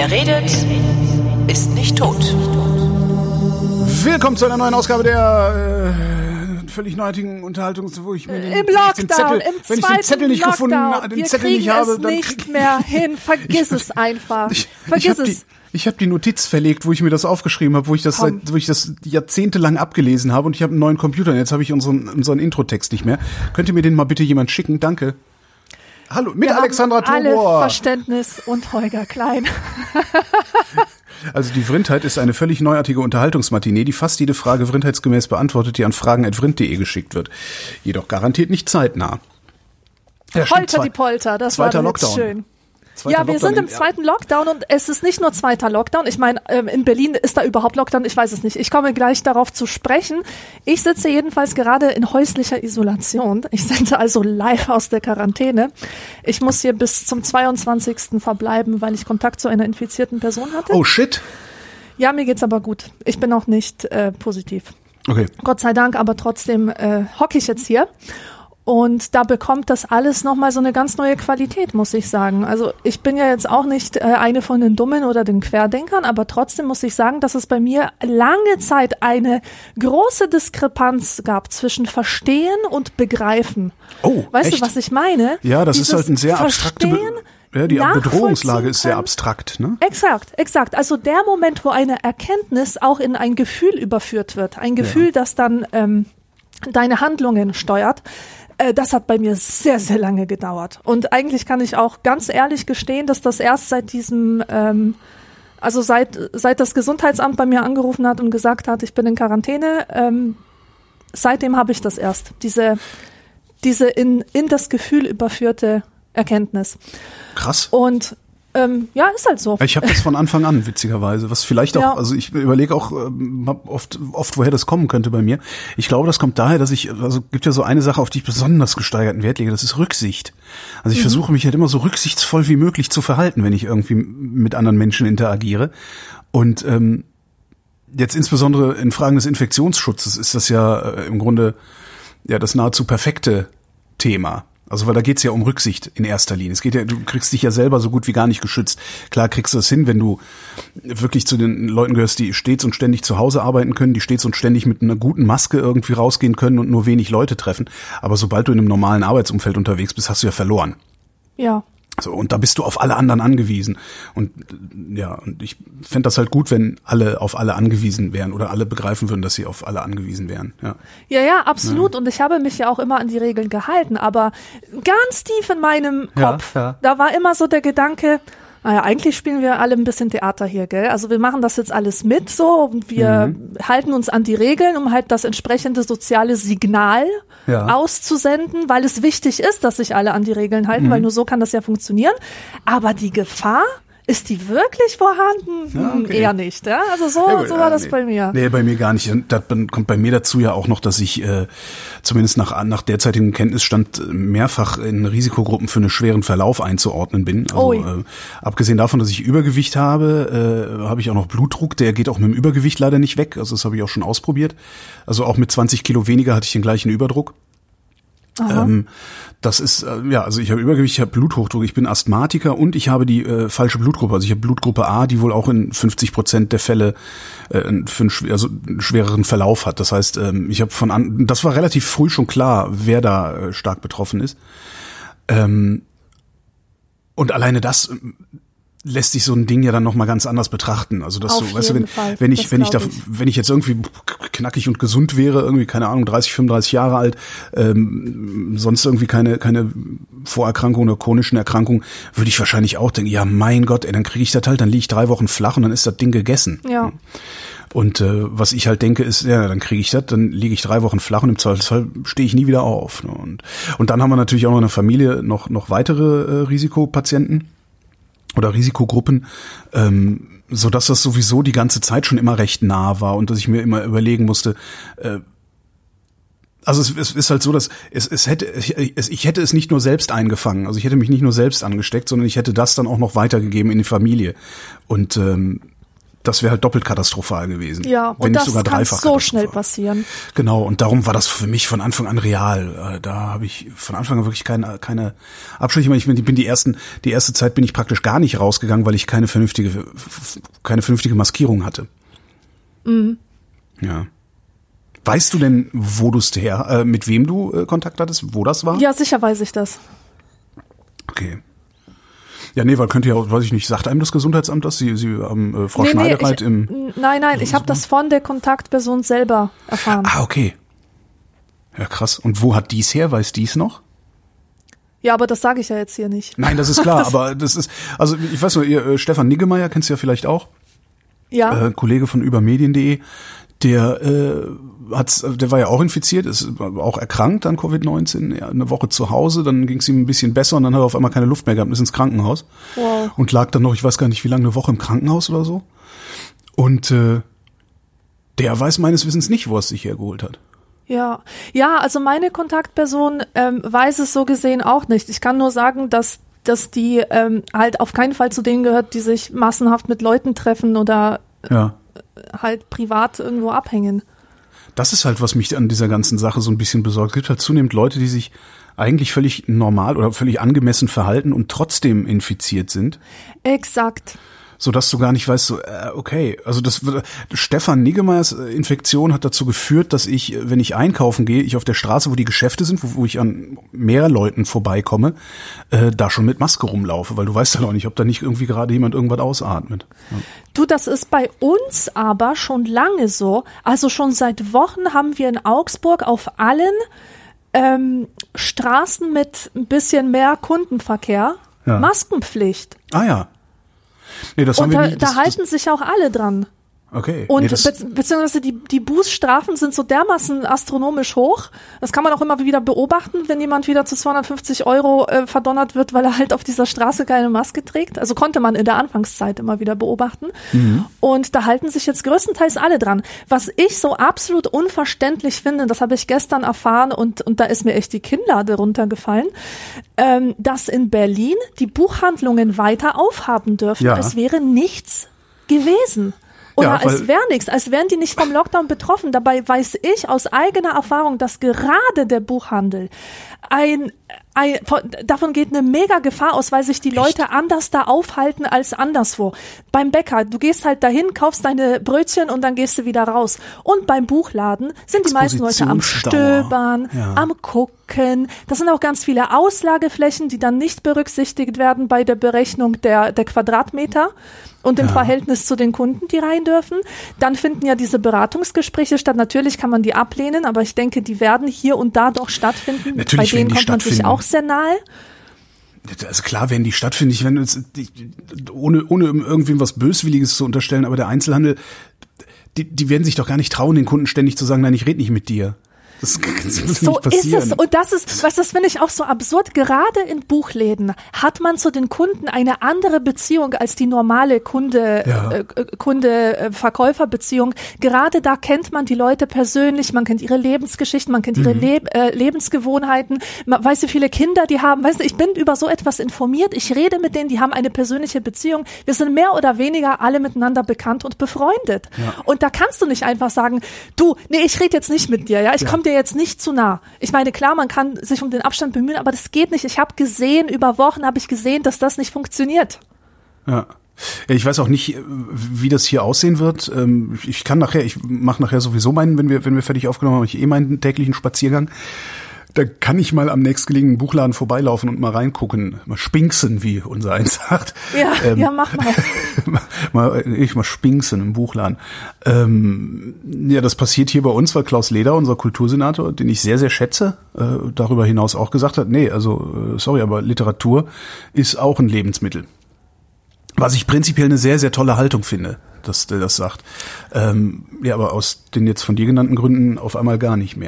Wer redet, ist nicht tot. Willkommen zu einer neuen Ausgabe der völlig neuartigen Unterhaltung, wo ich mir im Lockdown, wenn ich den Zettel nicht gefunden habe, den Zettel nicht habe, dann nicht mehr hin. Vergiss es einfach. Vergiss es. Ich habe die Notiz verlegt, wo ich mir das aufgeschrieben habe, wo ich das jahrzehntelang abgelesen habe, und ich habe einen neuen Computer und jetzt habe ich unseren Introtext nicht mehr. Könnt ihr mir den mal bitte jemand schicken? Danke. Hallo, mit Alexandra Tobor. Alle Verständnis und Holger Klein. Also die Vrindheit ist eine völlig neuartige Unterhaltungsmatinee, die fast jede Frage vrindheitsgemäß beantwortet, die an fragen@vrind.de geschickt wird. Jedoch garantiert nicht zeitnah. Ja, Holter die Polter, das war doch jetzt schön. Ja, wir sind im zweiten Lockdown und es ist nicht nur zweiter Lockdown. Ich meine, in Berlin ist da überhaupt Lockdown, ich weiß es nicht. Ich komme gleich darauf zu sprechen. Ich sitze jedenfalls gerade in häuslicher Isolation. Ich sende also live aus der Quarantäne. Ich muss hier bis zum 22. verbleiben, weil ich Kontakt zu einer infizierten Person hatte. Oh shit. Ja, mir geht's aber gut. Ich bin auch nicht positiv. Okay. Gott sei Dank, aber trotzdem hocke ich jetzt hier. Und da bekommt das alles nochmal so eine ganz neue Qualität, muss ich sagen. Also ich bin ja jetzt auch nicht eine von den Dummen oder den Querdenkern, aber trotzdem muss ich sagen, dass es bei mir lange Zeit eine große Diskrepanz gab zwischen Verstehen und Begreifen. Oh, weißt echt? du, was ich meine? Ja, das ist halt ein sehr abstrakte ja, die Bedrohungslage ist sehr abstrakt, ne? Exakt. Also der Moment, wo eine Erkenntnis auch in ein Gefühl überführt wird, ein Gefühl, das dann deine Handlungen steuert. Das hat bei mir sehr, sehr lange gedauert. Und eigentlich kann ich auch ganz ehrlich gestehen, dass das erst seit diesem, seit das Gesundheitsamt bei mir angerufen hat und gesagt hat, ich bin in Quarantäne, seitdem habe ich das erst. Diese in das Gefühl überführte Erkenntnis. Krass. Und ja, ist halt so. Ich habe das von Anfang an, witzigerweise. Was vielleicht auch, also ich überlege auch oft, woher das kommen könnte bei mir. Ich glaube, das kommt daher, dass gibt ja so eine Sache, auf die ich besonders gesteigerten Wert lege, das ist Rücksicht. Also ich versuche mich halt immer so rücksichtsvoll wie möglich zu verhalten, wenn ich irgendwie mit anderen Menschen interagiere. Und jetzt insbesondere in Fragen des Infektionsschutzes ist das ja im Grunde ja das nahezu perfekte Thema. Also weil da geht's ja um Rücksicht in erster Linie. Es geht ja, du kriegst dich ja selber so gut wie gar nicht geschützt. Klar kriegst du das hin, wenn du wirklich zu den Leuten gehörst, die stets und ständig zu Hause arbeiten können, die stets und ständig mit einer guten Maske irgendwie rausgehen können und nur wenig Leute treffen. Aber sobald du in einem normalen Arbeitsumfeld unterwegs bist, hast du ja verloren. Ja. So, und da bist du auf alle anderen angewiesen. Und ja, und ich fände das halt gut, wenn alle auf alle angewiesen wären oder alle begreifen würden, dass sie auf alle angewiesen wären. Ja, absolut. Ja. Und ich habe mich ja auch immer an die Regeln gehalten. Aber ganz tief in meinem Kopf, da war immer so der Gedanke, naja, eigentlich spielen wir alle ein bisschen Theater hier, gell? Also wir machen das jetzt alles mit so und wir halten uns an die Regeln, um halt das entsprechende soziale Signal auszusenden, weil es wichtig ist, dass sich alle an die Regeln halten, weil nur so kann das ja funktionieren. Aber die Gefahr, ist die wirklich vorhanden? Ja, okay. Eher nicht, ja? Also so war das bei mir. Nee, bei mir gar nicht. Und da kommt bei mir dazu ja auch noch, dass ich zumindest nach derzeitigem Kenntnisstand mehrfach in Risikogruppen für einen schweren Verlauf einzuordnen bin. Also abgesehen davon, dass ich Übergewicht habe, habe ich auch noch Blutdruck. Der geht auch mit dem Übergewicht leider nicht weg. Also das habe ich auch schon ausprobiert. Also auch mit 20 Kilo weniger hatte ich den gleichen Überdruck. Das ist, also ich habe Übergewicht, ich habe Bluthochdruck, ich bin Asthmatiker und ich habe die falsche Blutgruppe. Also ich habe Blutgruppe A, die wohl auch in 50% der Fälle für einen schwereren Verlauf hat. Das heißt, ich habe das war relativ früh schon klar, wer da stark betroffen ist. Und alleine das lässt sich so ein Ding ja dann noch mal ganz anders betrachten. Also dass Auf so, weißt du, wenn ich jetzt irgendwie knackig und gesund wäre, irgendwie keine Ahnung 30, 35 Jahre alt, sonst irgendwie keine Vorerkrankung oder chronischen Erkrankung, würde ich wahrscheinlich auch denken, ja mein Gott, dann kriege ich das halt, dann liege ich 3 Wochen flach und dann ist das Ding gegessen. Ja. Und was ich halt denke ist, ja, dann kriege ich das, dann liege ich 3 Wochen flach und im Zweifelsfall stehe ich nie wieder auf. Ne? Und dann haben wir natürlich auch noch in der Familie noch weitere Risikopatienten oder Risikogruppen, so dass das sowieso die ganze Zeit schon immer recht nah war und dass ich mir immer überlegen musste, also es ist halt so, dass ich hätte es nicht nur selbst eingefangen, also ich hätte mich nicht nur selbst angesteckt, sondern ich hätte das dann auch noch weitergegeben in die Familie. Und das wäre halt doppelt katastrophal gewesen. Ja, wenn und nicht das sogar kann dreifach so schnell passieren. Genau, und darum war das für mich von Anfang an real. Da habe ich von Anfang an wirklich keine Abschläge. Ich bin die erste Zeit bin ich praktisch gar nicht rausgegangen, weil ich keine vernünftige Maskierung hatte. Mhm. Ja. Weißt du denn, wo du es mit wem du Kontakt hattest, wo das war? Ja, sicher weiß ich das. Okay. Ja, nee, weil könnte ja auch, weiß ich nicht, sagt einem das Gesundheitsamt das? Sie haben Frau Schneidereit Nein, ich habe das von der Kontaktperson selber erfahren. Ah, okay. Ja, krass. Und wo hat dies her? Weiß dies noch? Ja, aber das sage ich ja jetzt hier nicht. Nein, das ist klar, aber das ist, also ich weiß nur, Stefan Niggemeier kennst du ja vielleicht auch. Ja. Kollege von übermedien.de, der war ja auch infiziert, ist auch erkrankt an Covid-19, eine Woche zu Hause, dann ging es ihm ein bisschen besser und dann hat er auf einmal keine Luft mehr gehabt und ist ins Krankenhaus. Wow. Und lag dann noch, ich weiß gar nicht wie lange, eine Woche im Krankenhaus oder so. Und der weiß meines Wissens nicht, wo er es sich hergeholt hat. Ja, also meine Kontaktperson weiß es so gesehen auch nicht. Ich kann nur sagen, dass die halt auf keinen Fall zu denen gehört, die sich massenhaft mit Leuten treffen oder halt privat irgendwo abhängen. Das ist halt, was mich an dieser ganzen Sache so ein bisschen besorgt. Es gibt halt zunehmend Leute, die sich eigentlich völlig normal oder völlig angemessen verhalten und trotzdem infiziert sind. Exakt. Sodass du gar nicht weißt, okay, also Stefan Niggemeyers Infektion hat dazu geführt, dass ich, wenn ich einkaufen gehe, ich auf der Straße, wo die Geschäfte sind, wo ich an mehr Leuten vorbeikomme, da schon mit Maske rumlaufe, weil du weißt halt auch nicht, ob da nicht irgendwie gerade jemand irgendwas ausatmet. Ja. Du, das ist bei uns aber schon lange so. Also schon seit Wochen haben wir in Augsburg auf allen Straßen mit ein bisschen mehr Kundenverkehr Maskenpflicht. Ah ja. Nee, das und haben wir nie, da halten sich auch alle dran. Okay. Und beziehungsweise die Bußstrafen sind so dermaßen astronomisch hoch. Das kann man auch immer wieder beobachten, wenn jemand wieder zu 250 € verdonnert wird, weil er halt auf dieser Straße keine Maske trägt. Also konnte man in der Anfangszeit immer wieder beobachten. Mhm. Und da halten sich jetzt größtenteils alle dran. Was ich so absolut unverständlich finde, das habe ich gestern erfahren und da ist mir echt die Kinnlade runtergefallen, dass in Berlin die Buchhandlungen weiter aufhaben dürfen. Ja. Es wäre nichts gewesen. Oder als wäre nichts, als wären die nicht vom Lockdown betroffen. Dabei weiß ich aus eigener Erfahrung, dass gerade der Buchhandel davon geht eine mega Gefahr aus, weil sich die Leute anders da aufhalten als anderswo. Beim Bäcker, du gehst halt dahin, kaufst deine Brötchen und dann gehst du wieder raus. Und beim Buchladen sind die meisten Leute am Stöbern, am Gucken. Das sind auch ganz viele Auslageflächen, die dann nicht berücksichtigt werden bei der Berechnung der Quadratmeter und im Verhältnis zu den Kunden, die rein dürfen. Dann finden ja diese Beratungsgespräche statt. Natürlich kann man die ablehnen, aber ich denke, die werden hier und da doch stattfinden. Natürlich, bei denen kommt man sich auch sehr nahe. Also klar werden die stattfinden, ohne irgendwem was Böswilliges zu unterstellen, aber der Einzelhandel, die werden sich doch gar nicht trauen, den Kunden ständig zu sagen, nein, ich rede nicht mit dir. Das muss so nicht passieren. Ist es. Und das finde ich auch so absurd. Gerade in Buchläden hat man zu den Kunden eine andere Beziehung als die normale Kunde-Verkäufer-Beziehung. Gerade da kennt man die Leute persönlich, man kennt ihre Lebensgeschichten, man kennt ihre Lebensgewohnheiten, man weiß, wie viele Kinder die haben. Weißt du, ich bin über so etwas informiert, ich rede mit denen, die haben eine persönliche Beziehung. Wir sind mehr oder weniger alle miteinander bekannt und befreundet. Ja. Und da kannst du nicht einfach sagen, ich rede jetzt nicht mit dir, ich komme dir jetzt nicht zu nah. Ich meine, klar, man kann sich um den Abstand bemühen, aber das geht nicht. Über Wochen habe ich gesehen, dass das nicht funktioniert. Ja. Ich weiß auch nicht, wie das hier aussehen wird. Ich mache nachher sowieso wenn wir fertig aufgenommen haben, meinen täglichen Spaziergang. Da kann ich mal am nächstgelegenen Buchladen vorbeilaufen und mal reingucken, mal spinksen, wie unser eins sagt. Ja, mach mal. mal spinksen im Buchladen. Das passiert hier bei uns, weil Klaus Leder, unser Kultursenator, den ich sehr, sehr schätze, darüber hinaus auch gesagt hat, aber Literatur ist auch ein Lebensmittel. Was ich prinzipiell eine sehr, sehr tolle Haltung finde, dass der das sagt. Aber aus den jetzt von dir genannten Gründen auf einmal gar nicht mehr.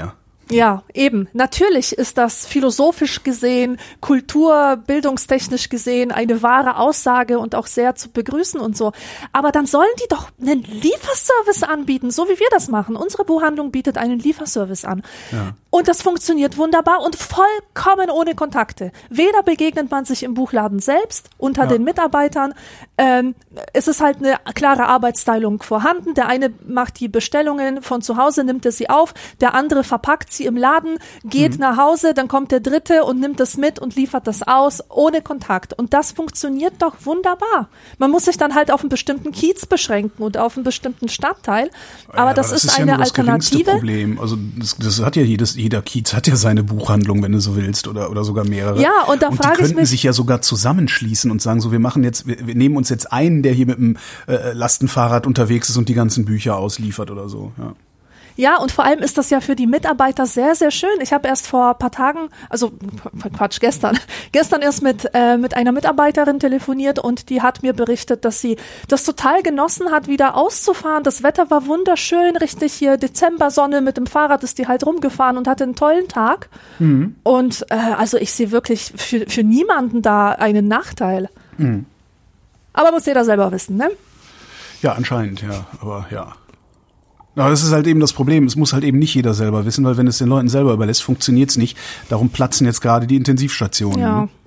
Ja, eben. Natürlich ist das philosophisch gesehen, kulturbildungstechnisch gesehen eine wahre Aussage und auch sehr zu begrüßen und so. Aber dann sollen die doch einen Lieferservice anbieten, so wie wir das machen. Unsere Buchhandlung bietet einen Lieferservice an. Ja. Und das funktioniert wunderbar und vollkommen ohne Kontakte. Weder begegnet man sich im Buchladen selbst, unter den Mitarbeitern. Es ist halt eine klare Arbeitsteilung vorhanden. Der eine macht die Bestellungen von zu Hause, nimmt er sie auf. Der andere verpackt sie im Laden, geht nach Hause, dann kommt der dritte und nimmt das mit und liefert das aus, ohne Kontakt. Und das funktioniert doch wunderbar. Man muss sich dann halt auf einen bestimmten Kiez beschränken und auf einen bestimmten Stadtteil. Aber das ist eine ja nur das Alternative. Problem. Also das hat ja jeder Kiez hat ja seine Buchhandlung, wenn du so willst, oder sogar mehrere. Ja, und da frage ich mich. Die könnten sich ja sogar zusammenschließen und sagen so, wir nehmen uns jetzt einen, der hier mit dem Lastenfahrrad unterwegs ist und die ganzen Bücher ausliefert oder so, ja. Ja, und vor allem ist das ja für die Mitarbeiter sehr, sehr schön. Ich habe erst vor ein paar Tagen, gestern erst mit einer Mitarbeiterin telefoniert und die hat mir berichtet, dass sie das total genossen hat, wieder auszufahren. Das Wetter war wunderschön, richtig hier Dezembersonne, mit dem Fahrrad ist die halt rumgefahren und hatte einen tollen Tag. Mhm. Und also ich sehe wirklich für niemanden da einen Nachteil. Mhm. Aber muss jeder selber wissen, ne? Ja, anscheinend, ja, aber ja. Aber das ist halt eben das Problem. Es muss halt eben nicht jeder selber wissen, weil wenn es den Leuten selber überlässt, funktioniert's nicht. Darum platzen jetzt gerade die Intensivstationen. Ja. Ne?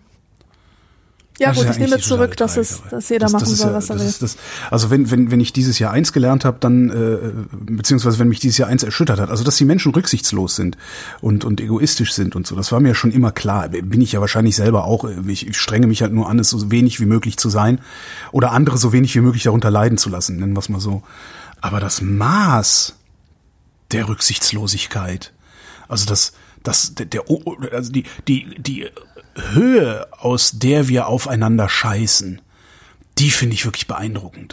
Ja gut, ich nehme zurück, dass jeder machen soll, was er will. Also wenn ich dieses Jahr 1 gelernt habe, dann beziehungsweise wenn mich dieses Jahr 1 erschüttert hat, also dass die Menschen rücksichtslos sind und egoistisch sind und so, das war mir schon immer klar. Bin ich ja wahrscheinlich selber auch. Ich strenge mich halt nur an, es so wenig wie möglich zu sein oder andere so wenig wie möglich darunter leiden zu lassen, nennen wir es mal so. Aber das Maß der Rücksichtslosigkeit, also die Höhe, aus der wir aufeinander scheißen, die finde ich wirklich beeindruckend.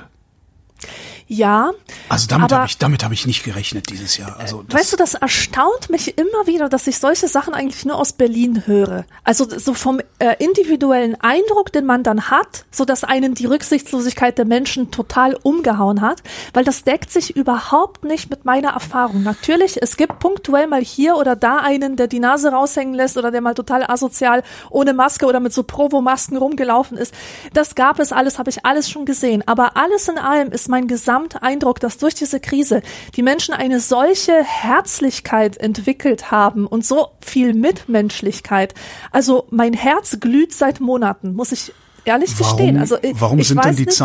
Ja. Also damit habe ich nicht gerechnet dieses Jahr. Also weißt du, das erstaunt mich immer wieder, dass ich solche Sachen eigentlich nur aus Berlin höre. Also so vom individuellen Eindruck, den man dann hat, so dass einen die Rücksichtslosigkeit der Menschen total umgehauen hat, weil das deckt sich überhaupt nicht mit meiner Erfahrung. Natürlich, es gibt punktuell mal hier oder da einen, der die Nase raushängen lässt oder der mal total asozial ohne Maske oder mit so Provo-Masken rumgelaufen ist. Das gab es alles, habe ich alles schon gesehen. Aber alles in allem ist mein Gesamteindruck, dass durch diese Krise die Menschen eine solche Herzlichkeit entwickelt haben und so viel Mitmenschlichkeit. Also mein Herz glüht seit Monaten, muss ich ehrlich gestehen. Also warum sind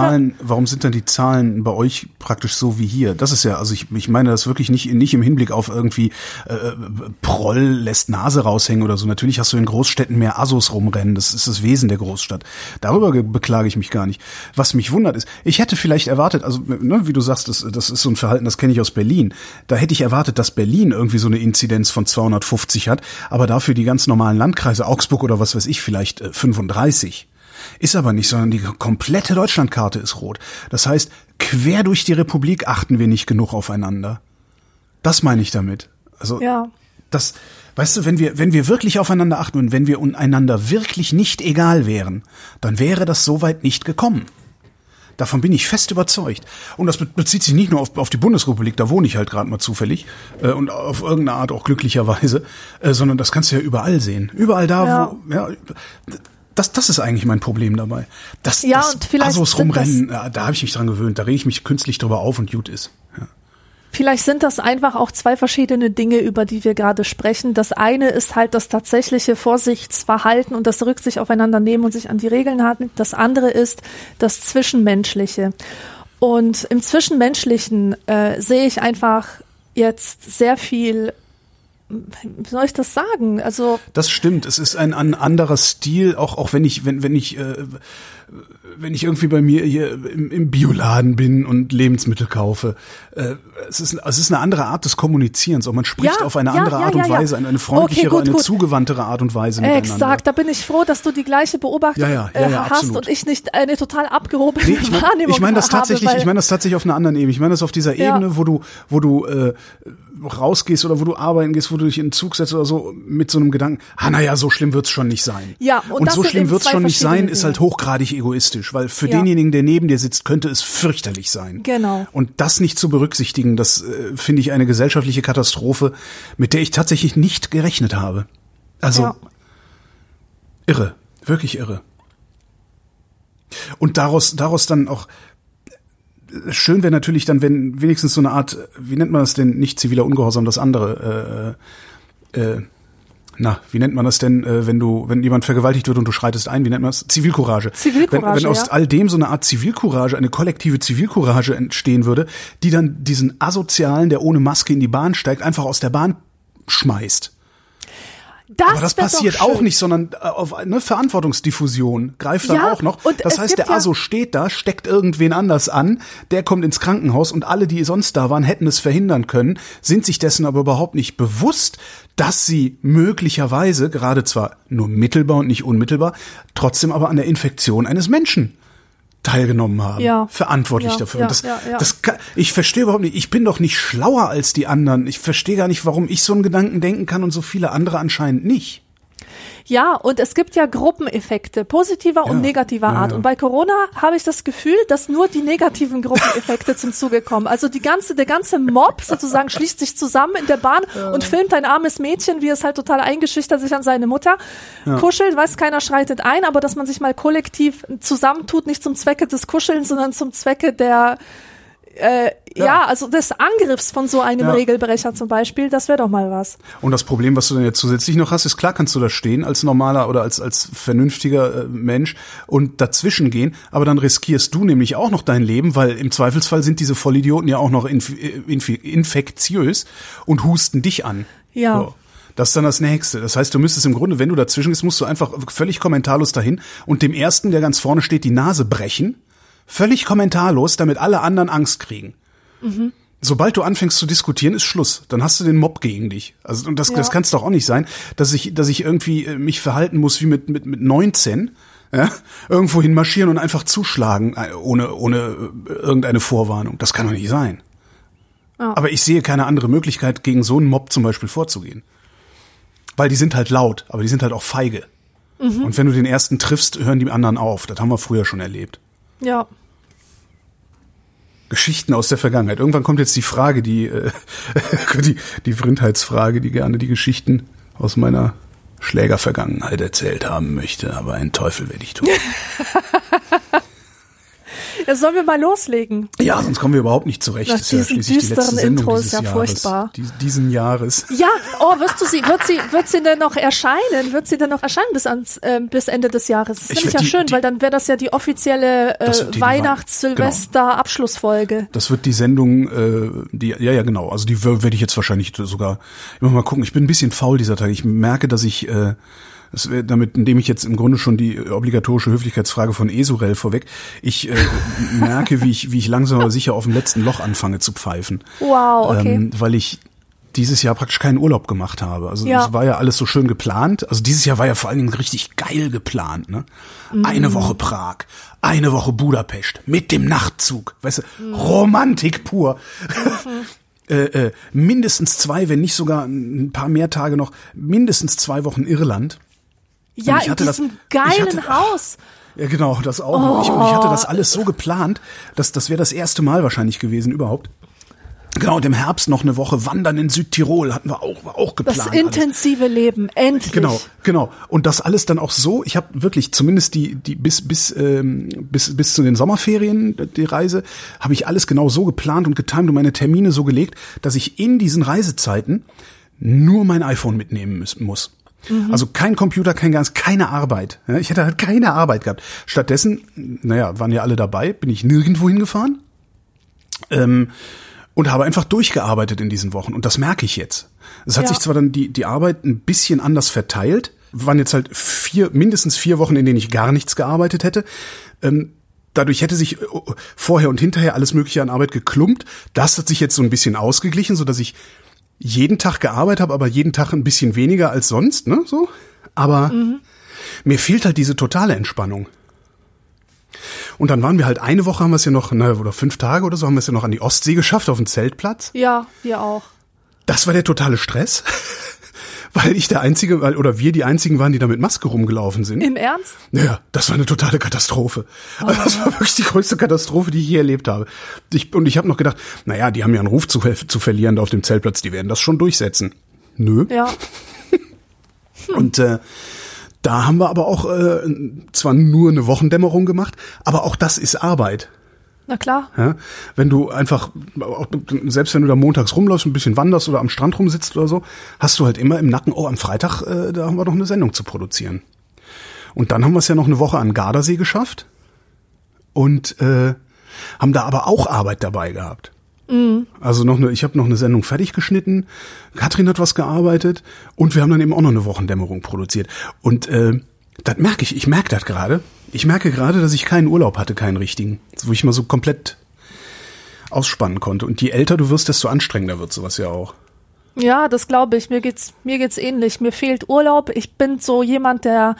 dann die Zahlen bei euch praktisch so wie hier? Das ist ja, also ich meine das wirklich nicht im Hinblick auf irgendwie Proll lässt Nase raushängen oder so. Natürlich hast du in Großstädten mehr Assos rumrennen. Das ist das Wesen der Großstadt. Darüber beklage ich mich gar nicht. Was mich wundert ist, ich hätte vielleicht erwartet, also ne, wie du sagst, das ist so ein Verhalten, das kenne ich aus Berlin. Da hätte ich erwartet, dass Berlin irgendwie so eine Inzidenz von 250 hat, aber dafür die ganz normalen Landkreise, Augsburg oder was weiß ich, vielleicht 35. Ist aber nicht, sondern die komplette Deutschlandkarte ist rot. Das heißt, quer durch die Republik achten wir nicht genug aufeinander. Das meine ich damit. Also, das, weißt du, wenn wir wirklich aufeinander achten und wenn wir einander wirklich nicht egal wären, dann wäre das so weit nicht gekommen. Davon bin ich fest überzeugt. Und das bezieht sich nicht nur auf die Bundesrepublik, da wohne ich halt gerade mal zufällig und auf irgendeine Art auch glücklicherweise, sondern das kannst du ja überall sehen. Überall da, wo... Das ist eigentlich mein Problem dabei. Das Assos rumrennen, da habe ich mich dran gewöhnt, da rege ich mich künstlich drüber auf und gut ist. Ja. Vielleicht sind das einfach auch zwei verschiedene Dinge, über die wir gerade sprechen. Das eine ist halt das tatsächliche Vorsichtsverhalten und das Rücksicht aufeinander nehmen und sich an die Regeln halten. Das andere ist das Zwischenmenschliche. Und im Zwischenmenschlichen sehe ich einfach jetzt sehr viel. Wie soll ich das sagen? Also das stimmt. Es ist ein anderer Stil, auch wenn ich irgendwie bei mir hier im Bioladen bin und Lebensmittel kaufe. Es ist eine andere Art des Kommunizierens. Auch man spricht auf eine andere Art und Weise, eine freundlichere, eine zugewandtere Art und Weise miteinander. Exakt. Da bin ich froh, dass du die gleiche Beobachtung hast absolut. Und ich nicht eine total abgehobene Wahrnehmung habe. Ich meine das tatsächlich auf einer anderen Ebene. Ich meine das auf dieser Ebene, wo du rausgehst oder wo du arbeiten gehst, wo du dich in den Zug setzt oder so, mit so einem Gedanken, naja, so schlimm wird's schon nicht sein. Ja, und so schlimm wird's schon nicht sein, ist halt hochgradig egoistisch, weil für denjenigen, der neben dir sitzt, könnte es fürchterlich sein. Genau. Und das nicht zu berücksichtigen, das finde ich eine gesellschaftliche Katastrophe, mit der ich tatsächlich nicht gerechnet habe. Also irre, wirklich irre. Und daraus dann auch schön wäre natürlich dann, wenn wenigstens so eine Art, wie nennt man das denn, nicht ziviler Ungehorsam, das andere, wie nennt man das denn, wenn jemand vergewaltigt wird und du schreitest ein, wie nennt man das? Zivilcourage. Wenn aus all dem so eine Art Zivilcourage, eine kollektive Zivilcourage entstehen würde, die dann diesen Asozialen, der ohne Maske in die Bahn steigt, einfach aus der Bahn schmeißt. Aber das passiert auch nicht, sondern auf eine Verantwortungsdiffusion greift dann auch noch. Das heißt, der Aso steht da, steckt irgendwen anders an, der kommt ins Krankenhaus und alle, die sonst da waren, hätten es verhindern können, sind sich dessen aber überhaupt nicht bewusst, dass sie möglicherweise, gerade zwar nur mittelbar und nicht unmittelbar, trotzdem aber an der Infektion eines Menschen teilgenommen haben, verantwortlich dafür. Und ich verstehe überhaupt nicht, ich bin doch nicht schlauer als die anderen. Ich verstehe gar nicht, warum ich so einen Gedanken denken kann und so viele andere anscheinend nicht. Ja, und es gibt ja Gruppeneffekte, positiver und negativer Art. Und bei Corona habe ich das Gefühl, dass nur die negativen Gruppeneffekte zum Zuge kommen. Also der ganze Mob sozusagen schließt sich zusammen in der Bahn und filmt ein armes Mädchen, wie es halt total eingeschüchtert sich an seine Mutter kuschelt, weiß keiner schreitet ein, aber dass man sich mal kollektiv zusammentut, nicht zum Zwecke des Kuschelns, sondern zum Zwecke der also des Angriffs von so einem Regelbrecher zum Beispiel, das wäre doch mal was. Und das Problem, was du dann jetzt zusätzlich noch hast, ist klar, kannst du da stehen als normaler oder als vernünftiger Mensch und dazwischen gehen, aber dann riskierst du nämlich auch noch dein Leben, weil im Zweifelsfall sind diese Vollidioten ja auch noch infektiös und husten dich an. Ja. So. Das ist dann das Nächste. Das heißt, du müsstest im Grunde, wenn du dazwischen gehst, musst du einfach völlig kommentarlos dahin und dem Ersten, der ganz vorne steht, die Nase brechen. Völlig kommentarlos, damit alle anderen Angst kriegen. Mhm. Sobald du anfängst zu diskutieren, ist Schluss. Dann hast du den Mob gegen dich. Also, und das kann es doch auch nicht sein, dass ich irgendwie mich verhalten muss wie mit 19, irgendwo hin marschieren und einfach zuschlagen, ohne irgendeine Vorwarnung. Das kann doch nicht sein. Oh. Aber ich sehe keine andere Möglichkeit, gegen so einen Mob zum Beispiel vorzugehen. Weil die sind halt laut, aber die sind halt auch feige. Mhm. Und wenn du den ersten triffst, hören die anderen auf. Das haben wir früher schon erlebt. Ja. Geschichten aus der Vergangenheit. Irgendwann kommt jetzt die Frage, die Vrindheitsfrage, die gerne die Geschichten aus meiner Schlägervergangenheit erzählt haben möchte. Aber einen Teufel werde ich tun. Ja, sollen wir mal loslegen? Ja, sonst kommen wir überhaupt nicht zurecht. Das ist ja schließlich die letzte Sendung Intros, dieses Jahres. Furchtbar. Diesen Jahres. Ja, wird sie denn noch erscheinen? Wird sie denn noch erscheinen bis Ende des Jahres? Das finde ich ja schön, weil dann wäre das ja die offizielle Weihnachts-Silvester-Abschlussfolge. Das wird die Sendung, genau. Also die werde ich jetzt wahrscheinlich sogar immer mal gucken. Ich bin ein bisschen faul dieser Tag. Ich merke, dass ich indem ich jetzt im Grunde schon die obligatorische Höflichkeitsfrage von Esurel vorweg, ich merke, wie ich langsam aber sicher auf dem letzten Loch anfange zu pfeifen. Wow, okay. Weil ich dieses Jahr praktisch keinen Urlaub gemacht habe. Also es war ja alles so schön geplant. Also dieses Jahr war ja vor allen Dingen richtig geil geplant, ne? Eine Woche Prag, eine Woche Budapest mit dem Nachtzug. Weißt du, Romantik pur. Mindestens 2, wenn nicht sogar ein paar mehr Tage noch, mindestens 2 Wochen Irland. Ja, in diesem geilen Haus. Ja, genau, das auch. Und ich hatte das alles so geplant, das wäre das erste Mal wahrscheinlich gewesen überhaupt. Genau, und im Herbst noch eine Woche wandern in Südtirol war auch geplant. Das intensive alles. Leben, endlich. Genau. Und das alles dann auch so, ich habe wirklich zumindest die bis zu den Sommerferien, die Reise, habe ich alles genau so geplant und getimt und meine Termine so gelegt, dass ich in diesen Reisezeiten nur mein iPhone mitnehmen muss. Mhm. Also kein Computer, keine Arbeit. Ich hätte halt keine Arbeit gehabt. Stattdessen, waren ja alle dabei, bin ich nirgendwo hingefahren. Und habe einfach durchgearbeitet in diesen Wochen. Und das merke ich jetzt. Es hat sich zwar dann die Arbeit ein bisschen anders verteilt. Waren jetzt halt mindestens 4 Wochen, in denen ich gar nichts gearbeitet hätte. Dadurch hätte sich vorher und hinterher alles Mögliche an Arbeit geklumpt. Das hat sich jetzt so ein bisschen ausgeglichen, so dass ich jeden Tag gearbeitet habe, aber jeden Tag ein bisschen weniger als sonst, ne, so. Aber mir fehlt halt diese totale Entspannung. Und dann waren wir halt eine Woche, haben wir es ja noch, oder 5 Tage oder so, haben wir es ja noch an die Ostsee geschafft, auf den Zeltplatz. Ja, wir auch. Das war der totale Stress. weil ich der Einzige, oder wir die Einzigen waren, die da mit Maske rumgelaufen sind. Im Ernst? Ja, das war eine totale Katastrophe. Also das war wirklich die größte Katastrophe, die ich je erlebt habe. Ich habe noch gedacht, naja, die haben ja einen Ruf zu verlieren da auf dem Zeltplatz, die werden das schon durchsetzen. Nö. Ja. Und da haben wir aber auch zwar nur eine Wochendämmerung gemacht, aber auch das ist Arbeit. Na klar. Ja, wenn du einfach, selbst wenn du da montags rumläufst, ein bisschen wanderst oder am Strand rumsitzt oder so, hast du halt immer im Nacken, am Freitag, da haben wir noch eine Sendung zu produzieren. Und dann haben wir es ja noch eine Woche an Gardasee geschafft und haben da aber auch Arbeit dabei gehabt. Mhm. Also ich habe noch eine Sendung fertig geschnitten, Katrin hat was gearbeitet und wir haben dann eben auch noch eine Wochendämmerung produziert. Und das merke ich merke das gerade. Ich merke gerade, dass ich keinen Urlaub hatte, keinen richtigen, wo ich mal so komplett ausspannen konnte. Und je älter du wirst, desto anstrengender wird sowas ja auch. Ja, das glaube ich. Mir geht's ähnlich. Mir fehlt Urlaub. Ich bin so jemand, der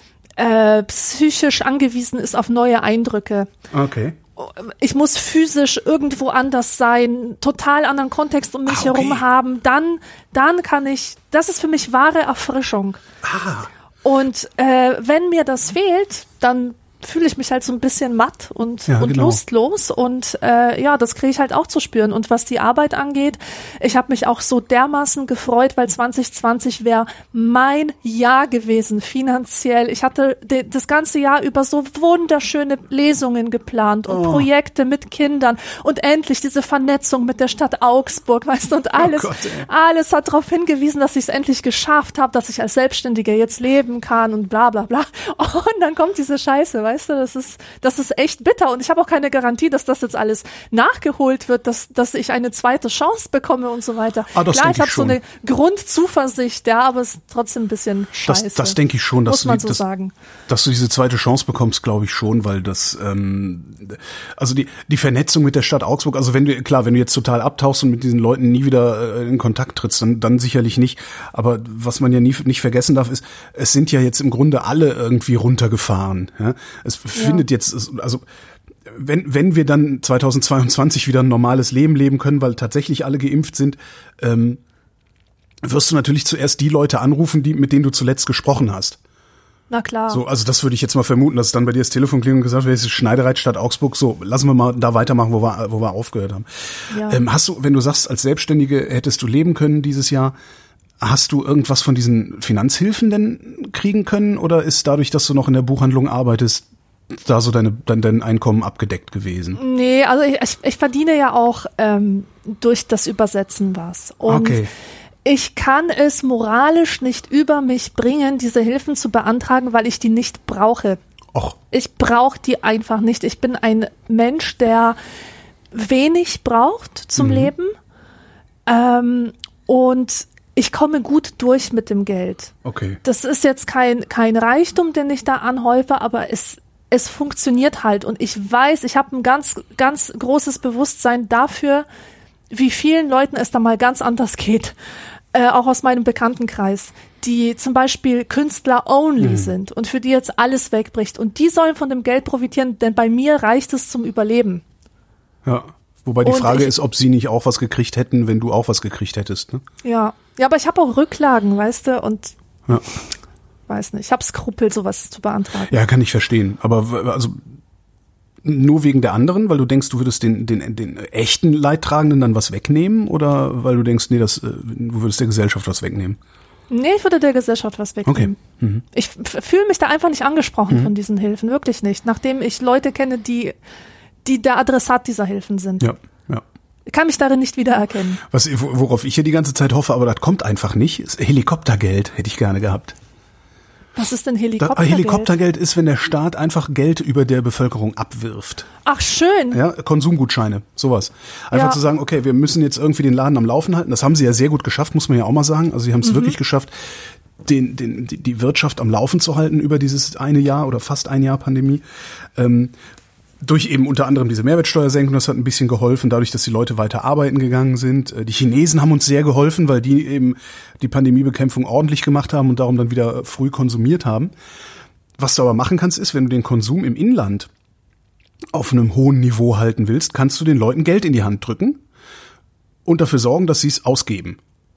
psychisch angewiesen ist auf neue Eindrücke. Okay. Ich muss physisch irgendwo anders sein, total anderen Kontext um mich herum haben. Dann kann ich, das ist für mich wahre Erfrischung. Und wenn mir das fehlt, dann fühle ich mich halt so ein bisschen matt und lustlos und das kriege ich halt auch zu spüren. Und was die Arbeit angeht, ich habe mich auch so dermaßen gefreut, weil 2020 wäre mein Jahr gewesen, finanziell. Ich hatte das ganze Jahr über so wunderschöne Lesungen geplant und Projekte mit Kindern und endlich diese Vernetzung mit der Stadt Augsburg, weißt du, und alles hat darauf hingewiesen, dass ich es endlich geschafft habe, dass ich als Selbstständige jetzt leben kann und bla bla bla. Und dann kommt diese Scheiße, weißt du, das ist echt bitter und ich habe auch keine Garantie, dass das jetzt alles nachgeholt wird, dass ich eine zweite Chance bekomme und so weiter. Klar, ich habe so eine Grundzuversicht, ja, aber es ist trotzdem ein bisschen scheiße. Das denke ich schon, dass du diese zweite Chance bekommst, glaube ich schon, weil das, also die Vernetzung mit der Stadt Augsburg, also wenn du jetzt total abtauchst und mit diesen Leuten nie wieder in Kontakt trittst, dann sicherlich nicht. Aber was man ja nicht vergessen darf, ist, es sind ja jetzt im Grunde alle irgendwie runtergefahren, ja. Es findet jetzt, also wenn wir dann 2022 wieder ein normales Leben leben können, weil tatsächlich alle geimpft sind, wirst du natürlich zuerst die Leute anrufen, mit denen du zuletzt gesprochen hast. Na klar. So, also das würde ich jetzt mal vermuten, dass dann bei dir das Telefon klingelt und gesagt wird, es ist Schneidereit Stadt Augsburg, so, lassen wir mal da weitermachen, wo wir aufgehört haben. Ja. Hast du, wenn du sagst, als Selbstständige hättest du leben können dieses Jahr, hast du irgendwas von diesen Finanzhilfen denn kriegen können oder ist dadurch, dass du noch in der Buchhandlung arbeitest, da so dein Einkommen abgedeckt gewesen? Nee, also ich verdiene ja auch durch das Übersetzen was. Und ich kann es moralisch nicht über mich bringen, diese Hilfen zu beantragen, weil ich die nicht brauche. Ich brauche die einfach nicht. Ich bin ein Mensch, der wenig braucht zum Leben. Und ich komme gut durch mit dem Geld. Okay. Das ist jetzt kein Reichtum, den ich da anhäufe, aber es funktioniert halt. Und ich weiß, ich habe ein ganz, ganz großes Bewusstsein dafür, wie vielen Leuten es da mal ganz anders geht. Auch aus meinem Bekanntenkreis, die zum Beispiel Künstler-only sind und für die jetzt alles wegbricht. Und die sollen von dem Geld profitieren, denn bei mir reicht es zum Überleben. Ja. Wobei die Frage ist, ob sie nicht auch was gekriegt hätten, wenn du auch was gekriegt hättest. Ne? Ja, aber ich habe auch Rücklagen, weißt du, und weiß nicht, ich habe Skrupel, sowas zu beantragen. Ja, kann ich verstehen. Aber also nur wegen der anderen, weil du denkst, du würdest den echten Leidtragenden dann was wegnehmen oder weil du denkst, nee, du würdest der Gesellschaft was wegnehmen? Nee, ich würde der Gesellschaft was wegnehmen. Okay. Mhm. Ich fühle mich da einfach nicht angesprochen von diesen Hilfen, wirklich nicht. Nachdem ich Leute kenne, die der Adressat dieser Hilfen sind. Ja. Ich kann mich darin nicht wiedererkennen. Worauf ich ja die ganze Zeit hoffe, aber das kommt einfach nicht, ist Helikoptergeld, hätte ich gerne gehabt. Was ist denn Helikoptergeld? Helikoptergeld ist, wenn der Staat einfach Geld über der Bevölkerung abwirft. Ach, schön. Ja, Konsumgutscheine, sowas. Einfach zu sagen, okay, wir müssen jetzt irgendwie den Laden am Laufen halten. Das haben sie ja sehr gut geschafft, muss man ja auch mal sagen. Also sie haben es wirklich geschafft, die Wirtschaft am Laufen zu halten über dieses eine Jahr oder fast ein Jahr Pandemie. Durch eben unter anderem diese Mehrwertsteuersenkung, das hat ein bisschen geholfen, dadurch, dass die Leute weiter arbeiten gegangen sind. Die Chinesen haben uns sehr geholfen, weil die eben die Pandemiebekämpfung ordentlich gemacht haben und darum dann wieder früh konsumiert haben. Was du aber machen kannst, ist, wenn du den Konsum im Inland auf einem hohen Niveau halten willst, kannst du den Leuten Geld in die Hand drücken und dafür sorgen, dass sie es ausgeben.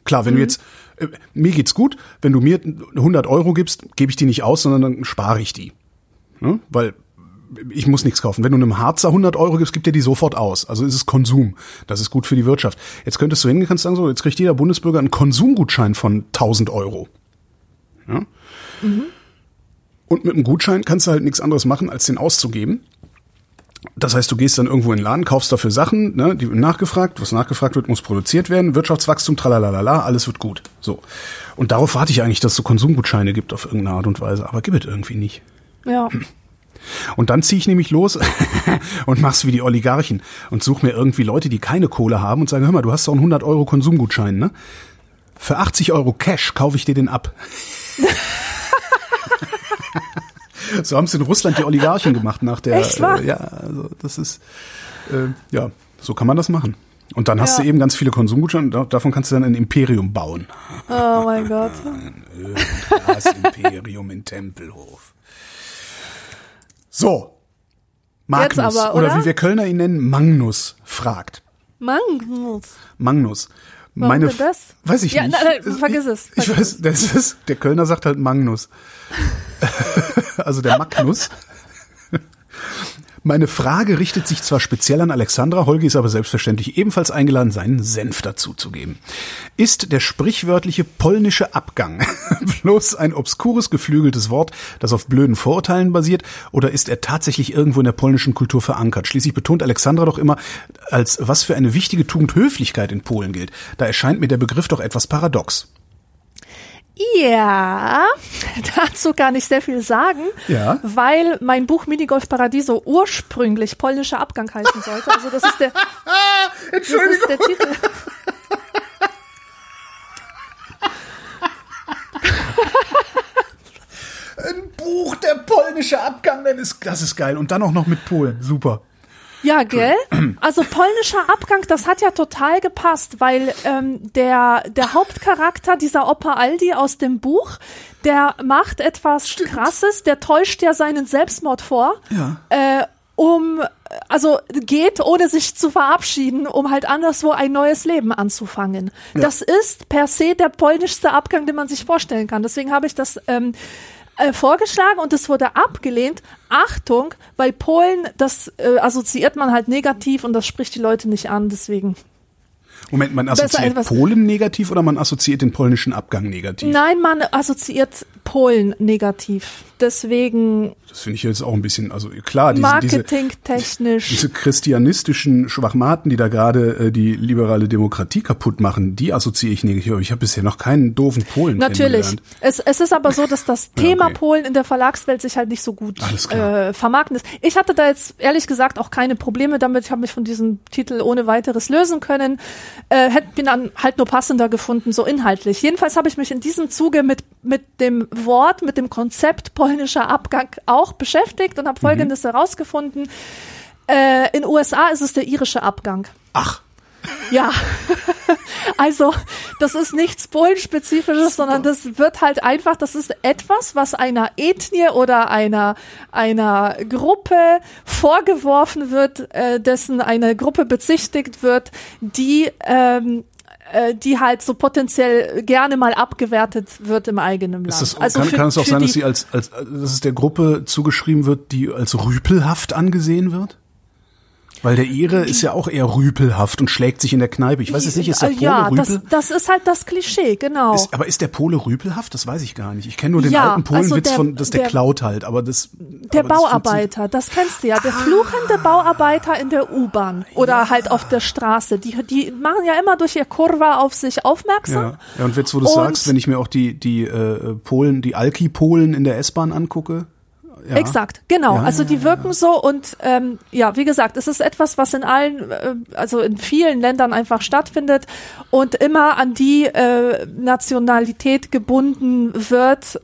Klar, wenn du jetzt, mir geht's gut, wenn du mir 100 Euro gibst, gebe ich die nicht aus, sondern dann spare ich die. Ne? Weil ich muss nichts kaufen. Wenn du einem Harzer 100 Euro gibst, gibt er die sofort aus. Also ist es Konsum. Das ist gut für die Wirtschaft. Jetzt könntest du hingehen, kannst sagen, so, jetzt kriegt jeder Bundesbürger einen Konsumgutschein von 1.000 Euro. Ja? Und mit einem Gutschein kannst du halt nichts anderes machen, als den auszugeben. Das heißt, du gehst dann irgendwo in den Laden, kaufst dafür Sachen, ne, die nachgefragt, was nachgefragt wird, muss produziert werden, Wirtschaftswachstum, tralalala, alles wird gut. So. Und darauf warte ich eigentlich, dass es so Konsumgutscheine gibt auf irgendeine Art und Weise. Aber gibt es irgendwie nicht. Ja. Und dann ziehe ich nämlich los und mach's wie die Oligarchen und suche mir irgendwie Leute, die keine Kohle haben und sage, hör mal, du hast doch einen 100 Euro Konsumgutschein, ne? Für 80 Euro Cash kaufe ich dir den ab. So haben es in Russland die Oligarchen gemacht nach der. Echt wahr? Ja, also das ist, ja, so kann man das machen. Und dann hast du eben ganz viele Konsumgutscheine, davon kannst du dann ein Imperium bauen. Oh mein Gott. Ein Öl- und Gasimperium in Tempelhof. So. Magnus, aber, oder wie wir Kölner ihn nennen, Magnus fragt. Magnus. Warum denn das? Weiß ich nicht. Vergiss es. Ich weiß, das ist, der Kölner sagt halt Magnus. Also der Magnus. Meine Frage richtet sich zwar speziell an Alexandra, Holgi ist aber selbstverständlich ebenfalls eingeladen, seinen Senf dazuzugeben. Ist der sprichwörtliche polnische Abgang bloß ein obskures, geflügeltes Wort, das auf blöden Vorurteilen basiert, oder ist er tatsächlich irgendwo in der polnischen Kultur verankert? Schließlich betont Alexandra doch immer, als was für eine wichtige Tugend Höflichkeit in Polen gilt. Da erscheint mir der Begriff doch etwas paradox. Ja, dazu kann ich sehr viel sagen, weil mein Buch Minigolf Paradiso ursprünglich polnischer Abgang heißen sollte. Also das ist der, Entschuldigung. Das ist der Titel. Ein Buch, der polnische Abgang, das ist geil. Und dann auch noch mit Polen, super. Ja, gell? Also polnischer Abgang, das hat ja total gepasst, weil der Hauptcharakter, dieser Opa Aldi aus dem Buch, der macht etwas Krasses, der täuscht ja seinen Selbstmord vor, geht, ohne sich zu verabschieden, um halt anderswo ein neues Leben anzufangen. Ja. Das ist per se der polnischste Abgang, den man sich vorstellen kann. Deswegen habe ich das vorgeschlagen und es wurde abgelehnt. Achtung, weil Polen, das assoziiert man halt negativ und das spricht die Leute nicht an, deswegen. Moment, man assoziiert Polen negativ oder man assoziiert den polnischen Abgang negativ? Nein, man assoziiert Polen negativ. Deswegen. Das finde ich jetzt auch ein bisschen, also klar, marketingtechnisch. Diese christianistischen Schwachmaten, die da gerade die liberale Demokratie kaputt machen, die assoziiere ich negativ. Aber ich habe bisher noch keinen doofen Polen kennengelernt. Natürlich. Es ist aber so, dass das Thema Polen in der Verlagswelt sich halt nicht so gut vermarkten ist. Ich hatte da jetzt ehrlich gesagt auch keine Probleme damit. Ich habe mich von diesem Titel ohne weiteres lösen können. Bin dann halt nur passender gefunden, so inhaltlich. Jedenfalls habe ich mich in diesem Zuge mit dem Wort, mit dem Konzept polnischer Abgang auch beschäftigt und habe Folgendes herausgefunden. In USA ist es der irische Abgang. Ach. Ja, also das ist nichts Polenspezifisches, sondern das wird halt einfach, das ist etwas, was einer Ethnie oder einer Gruppe vorgeworfen wird, dessen eine Gruppe bezichtigt wird, die halt so potenziell gerne mal abgewertet wird im eigenen Land. Kann es auch sein, dass sie dass es der Gruppe zugeschrieben wird, die als rüpelhaft angesehen wird? Weil der Ire ist ja auch eher rüpelhaft und schlägt sich in der Kneipe. Ich weiß jetzt nicht, ist der Pole Rüpel? Das ist halt das Klischee, genau. Aber ist der Pole rüpelhaft? Das weiß ich gar nicht. Ich kenne nur den alten Polenwitz dass der klaut halt, aber das... Der Bauarbeiter, das kennst du ja. Der fluchende Bauarbeiter in der U-Bahn oder halt auf der Straße. Die machen ja immer durch ihr Kurva auf sich aufmerksam. Ja, und jetzt, wo du sagst, wenn ich mir auch die Polen, die Alki-Polen in der S-Bahn angucke... Ja. Exakt, genau. Ja, also die wirken so und wie gesagt, es ist etwas, was in in vielen Ländern einfach stattfindet und immer an die Nationalität gebunden wird,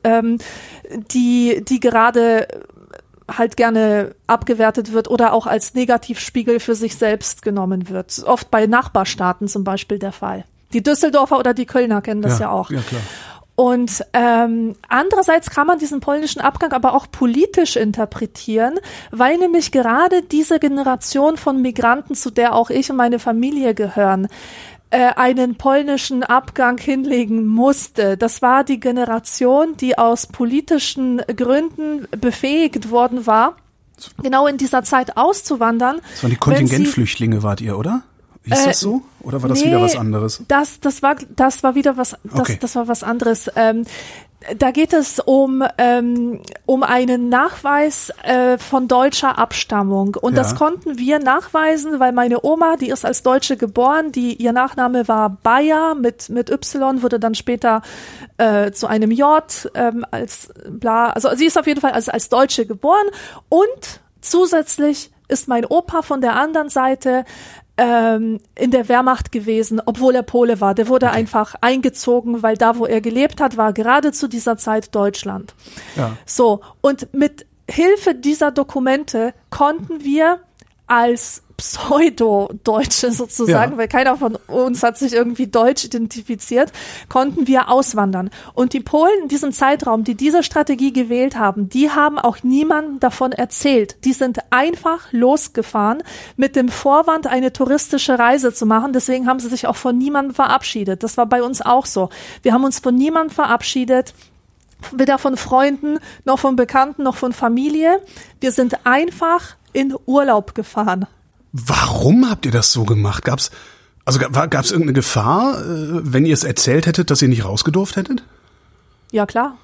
die gerade halt gerne abgewertet wird oder auch als Negativspiegel für sich selbst genommen wird. Oft bei Nachbarstaaten zum Beispiel der Fall. Die Düsseldorfer oder die Kölner kennen das ja auch. Ja, klar. Und andererseits kann man diesen polnischen Abgang aber auch politisch interpretieren, weil nämlich gerade diese Generation von Migranten, zu der auch ich und meine Familie gehören, einen polnischen Abgang hinlegen musste. Das war die Generation, die aus politischen Gründen befähigt worden war, genau in dieser Zeit auszuwandern. Das waren die Kontingentflüchtlinge, wart ihr, oder? Ist das so? Oder war das wieder was anderes? Das war wieder was, das war was anderes. Da geht es um einen Nachweis von deutscher Abstammung. Und das konnten wir nachweisen, weil meine Oma, die ist als Deutsche geboren, ihr Nachname war Bayer mit Y, wurde dann später zu einem J als bla. Also sie ist auf jeden Fall als Deutsche geboren. Und zusätzlich ist mein Opa von der anderen Seite in der Wehrmacht gewesen, obwohl er Pole war. Der wurde einfach eingezogen, weil da, wo er gelebt hat, war gerade zu dieser Zeit Deutschland. Ja. So, und mit Hilfe dieser Dokumente konnten wir als Pseudo-Deutsche sozusagen, weil keiner von uns hat sich irgendwie deutsch identifiziert, konnten wir auswandern. Und die Polen in diesem Zeitraum, die diese Strategie gewählt haben, die haben auch niemandem davon erzählt. Die sind einfach losgefahren mit dem Vorwand, eine touristische Reise zu machen. Deswegen haben sie sich auch von niemandem verabschiedet. Das war bei uns auch so. Wir haben uns von niemandem verabschiedet. Weder von Freunden, noch von Bekannten, noch von Familie. Wir sind einfach in Urlaub gefahren. Warum habt ihr das so gemacht? Gab's irgendeine Gefahr, wenn ihr es erzählt hättet, dass ihr nicht rausgedurft hättet? Ja, klar.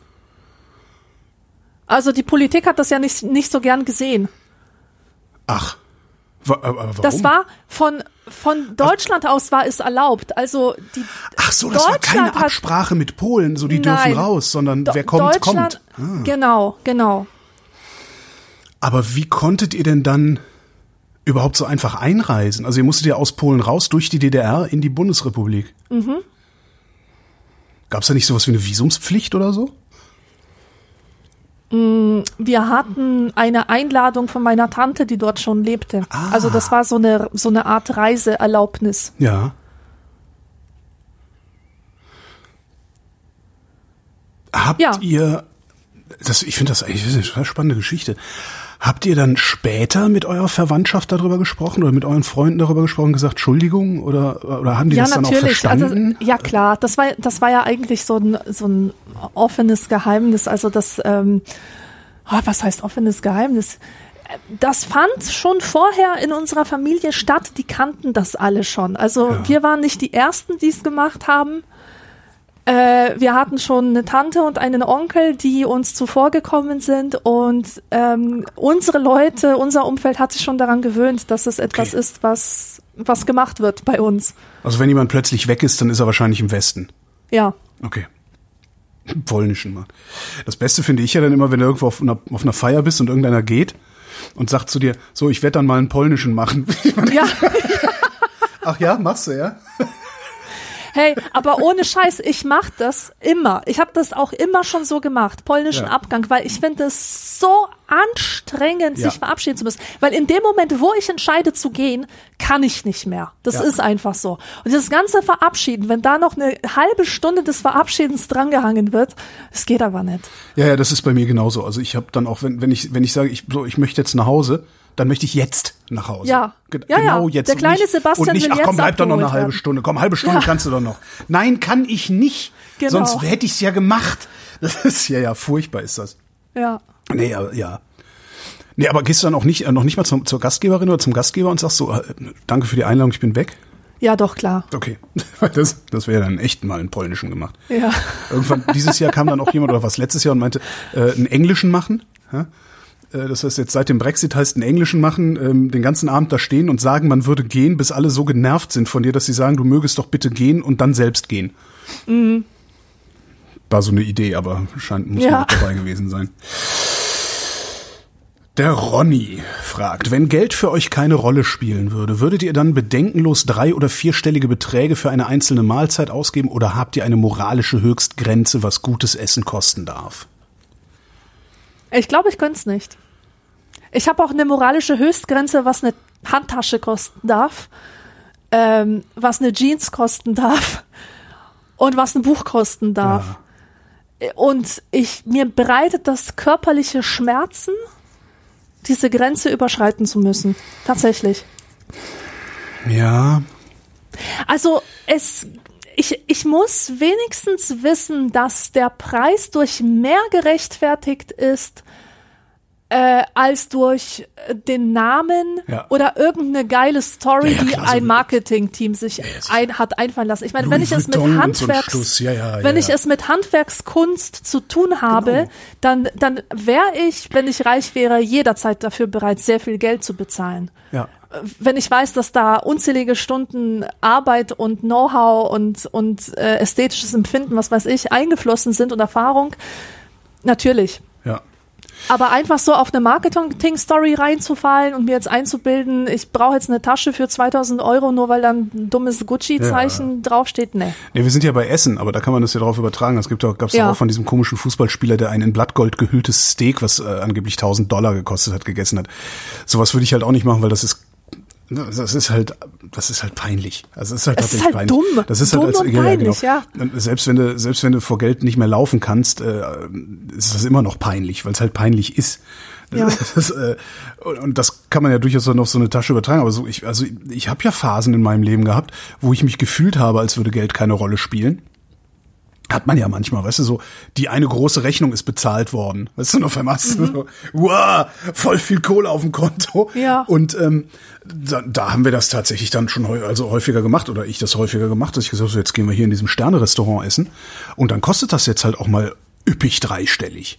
Also die Politik hat das ja nicht so gern gesehen. Ach, aber warum? Das war von Deutschland aus war es erlaubt. Also Ach so, das war keine Absprache mit Polen, so die dürfen raus, sondern wer kommt, kommt. Ah. Genau. Aber wie konntet ihr denn dann überhaupt so einfach einreisen? Also ihr musstet ja aus Polen raus, durch die DDR in die Bundesrepublik. Mhm. Gab es da nicht sowas wie eine Visumspflicht oder so? Wir hatten eine Einladung von meiner Tante, die dort schon lebte. Ah. Also das war so eine Art Reiseerlaubnis. Ja. Habt ihr, ich finde das eigentlich eine total spannende Geschichte. Habt ihr dann später mit eurer Verwandtschaft darüber gesprochen oder mit euren Freunden darüber gesprochen, gesagt, Entschuldigung, oder haben die das dann auch verstanden? Also, ja, klar. Das war ja eigentlich so ein offenes Geheimnis. Also das, was heißt offenes Geheimnis? Das fand schon vorher in unserer Familie statt. Die kannten das alle schon. Also wir waren nicht die Ersten, die es gemacht haben. Wir hatten schon eine Tante und einen Onkel, die uns zuvorgekommen sind, und unsere Leute, unser Umfeld hat sich schon daran gewöhnt, dass es etwas ist, was gemacht wird bei uns. Also wenn jemand plötzlich weg ist, dann ist er wahrscheinlich im Westen. Ja. Okay. Im Polnischen mal. Das Beste finde ich ja dann immer, wenn du irgendwo auf einer Feier bist und irgendeiner geht und sagt zu dir, so, ich werde dann mal einen Polnischen machen. Ja. Ach ja, machst du, ja? Hey, aber ohne Scheiß, ich mach das immer. Ich habe das auch immer schon so gemacht, polnischen Abgang, weil ich finde es so anstrengend, sich verabschieden zu müssen. Weil in dem Moment, wo ich entscheide zu gehen, kann ich nicht mehr. Das ist einfach so. Und das ganze Verabschieden, wenn da noch eine halbe Stunde des Verabschiedens drangehangen wird, das geht aber nicht. Ja, das ist bei mir genauso. Also ich habe dann auch, wenn ich sage, ich möchte jetzt nach Hause, dann möchte ich jetzt nach Hause. Ja. Genau jetzt. Der kleine Sebastian und nicht, will jetzt komm, bleib doch noch eine halbe Stunde. Komm, halbe Stunde kannst du doch noch. Nein, kann ich nicht. Genau. Sonst hätte ich es ja gemacht. Das ist ja furchtbar ist das. Ja. Nee, aber gehst du dann auch noch nicht mal zur Gastgeberin oder zum Gastgeber und sagst so, danke für die Einladung, ich bin weg? Ja, doch, klar. Okay. Das wäre dann echt mal einen polnischen gemacht. Ja. Irgendwann dieses Jahr kam dann auch jemand, oder was letztes Jahr, und meinte, einen englischen machen. Ja? Das heißt, jetzt seit dem Brexit heißt einen englischen machen, den ganzen Abend da stehen und sagen, man würde gehen, bis alle so genervt sind von dir, dass sie sagen, du mögest doch bitte gehen und dann selbst gehen. Mhm. War so eine Idee, aber muss man mit dabei gewesen sein. Der Ronny fragt, wenn Geld für euch keine Rolle spielen würde, würdet ihr dann bedenkenlos 3- oder 4-stellige Beträge für eine einzelne Mahlzeit ausgeben, oder habt ihr eine moralische Höchstgrenze, was gutes Essen kosten darf? Ich glaube, ich könnte es nicht. Ich habe auch eine moralische Höchstgrenze, was eine Handtasche kosten darf, was eine Jeans kosten darf und was ein Buch kosten darf. Ja. Und mir bereitet das körperliche Schmerzen, diese Grenze überschreiten zu müssen. Tatsächlich. Ja. Also ich muss wenigstens wissen, dass der Preis durch mehr gerechtfertigt ist, als durch den Namen oder irgendeine geile Story, die ein Marketing-Team sich hat einfallen lassen. Ich meine, wenn ich es mit es mit Handwerkskunst zu tun habe, dann wäre ich, wenn ich reich wäre, jederzeit dafür bereit, sehr viel Geld zu bezahlen. Ja. Wenn ich weiß, dass da unzählige Stunden Arbeit und Know-how und ästhetisches Empfinden, was weiß ich, eingeflossen sind und Erfahrung, natürlich. Ja. Aber einfach so auf eine Marketing-Story reinzufallen und mir jetzt einzubilden, ich brauche jetzt eine Tasche für 2.000 Euro, nur weil da ein dummes Gucci-Zeichen draufsteht, Nee, wir sind ja bei Essen, aber da kann man das ja drauf übertragen. Es gab's auch von diesem komischen Fußballspieler, der ein in Blattgold gehülltes Steak, was angeblich $1.000 gekostet hat, gegessen hat. Sowas würde ich halt auch nicht machen, weil das ist halt peinlich. Also es ist halt tatsächlich peinlich. Dumm. Das ist dumm halt und peinlich, ja. Selbst wenn du vor Geld nicht mehr laufen kannst, ist das immer noch peinlich, weil es halt peinlich ist. Ja. Und das kann man ja durchaus noch so eine Tasche übertragen. Aber ich habe ja Phasen in meinem Leben gehabt, wo ich mich gefühlt habe, als würde Geld keine Rolle spielen. Hat man ja manchmal, weißt du, so, die eine große Rechnung ist bezahlt worden. Weißt du, und auf einmal hast du so, wow, voll viel Kohle auf dem Konto. Ja. Und da haben wir das tatsächlich dann schon häufiger gemacht, oder ich das häufiger gemacht, dass ich gesagt habe, so, jetzt gehen wir hier in diesem Sterne-Restaurant essen. Und dann kostet das jetzt halt auch mal üppig dreistellig.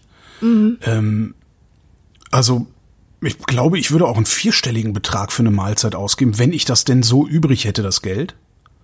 Also ich glaube, ich würde auch einen 4-stelligen Betrag für eine Mahlzeit ausgeben, wenn ich das denn so übrig hätte, das Geld.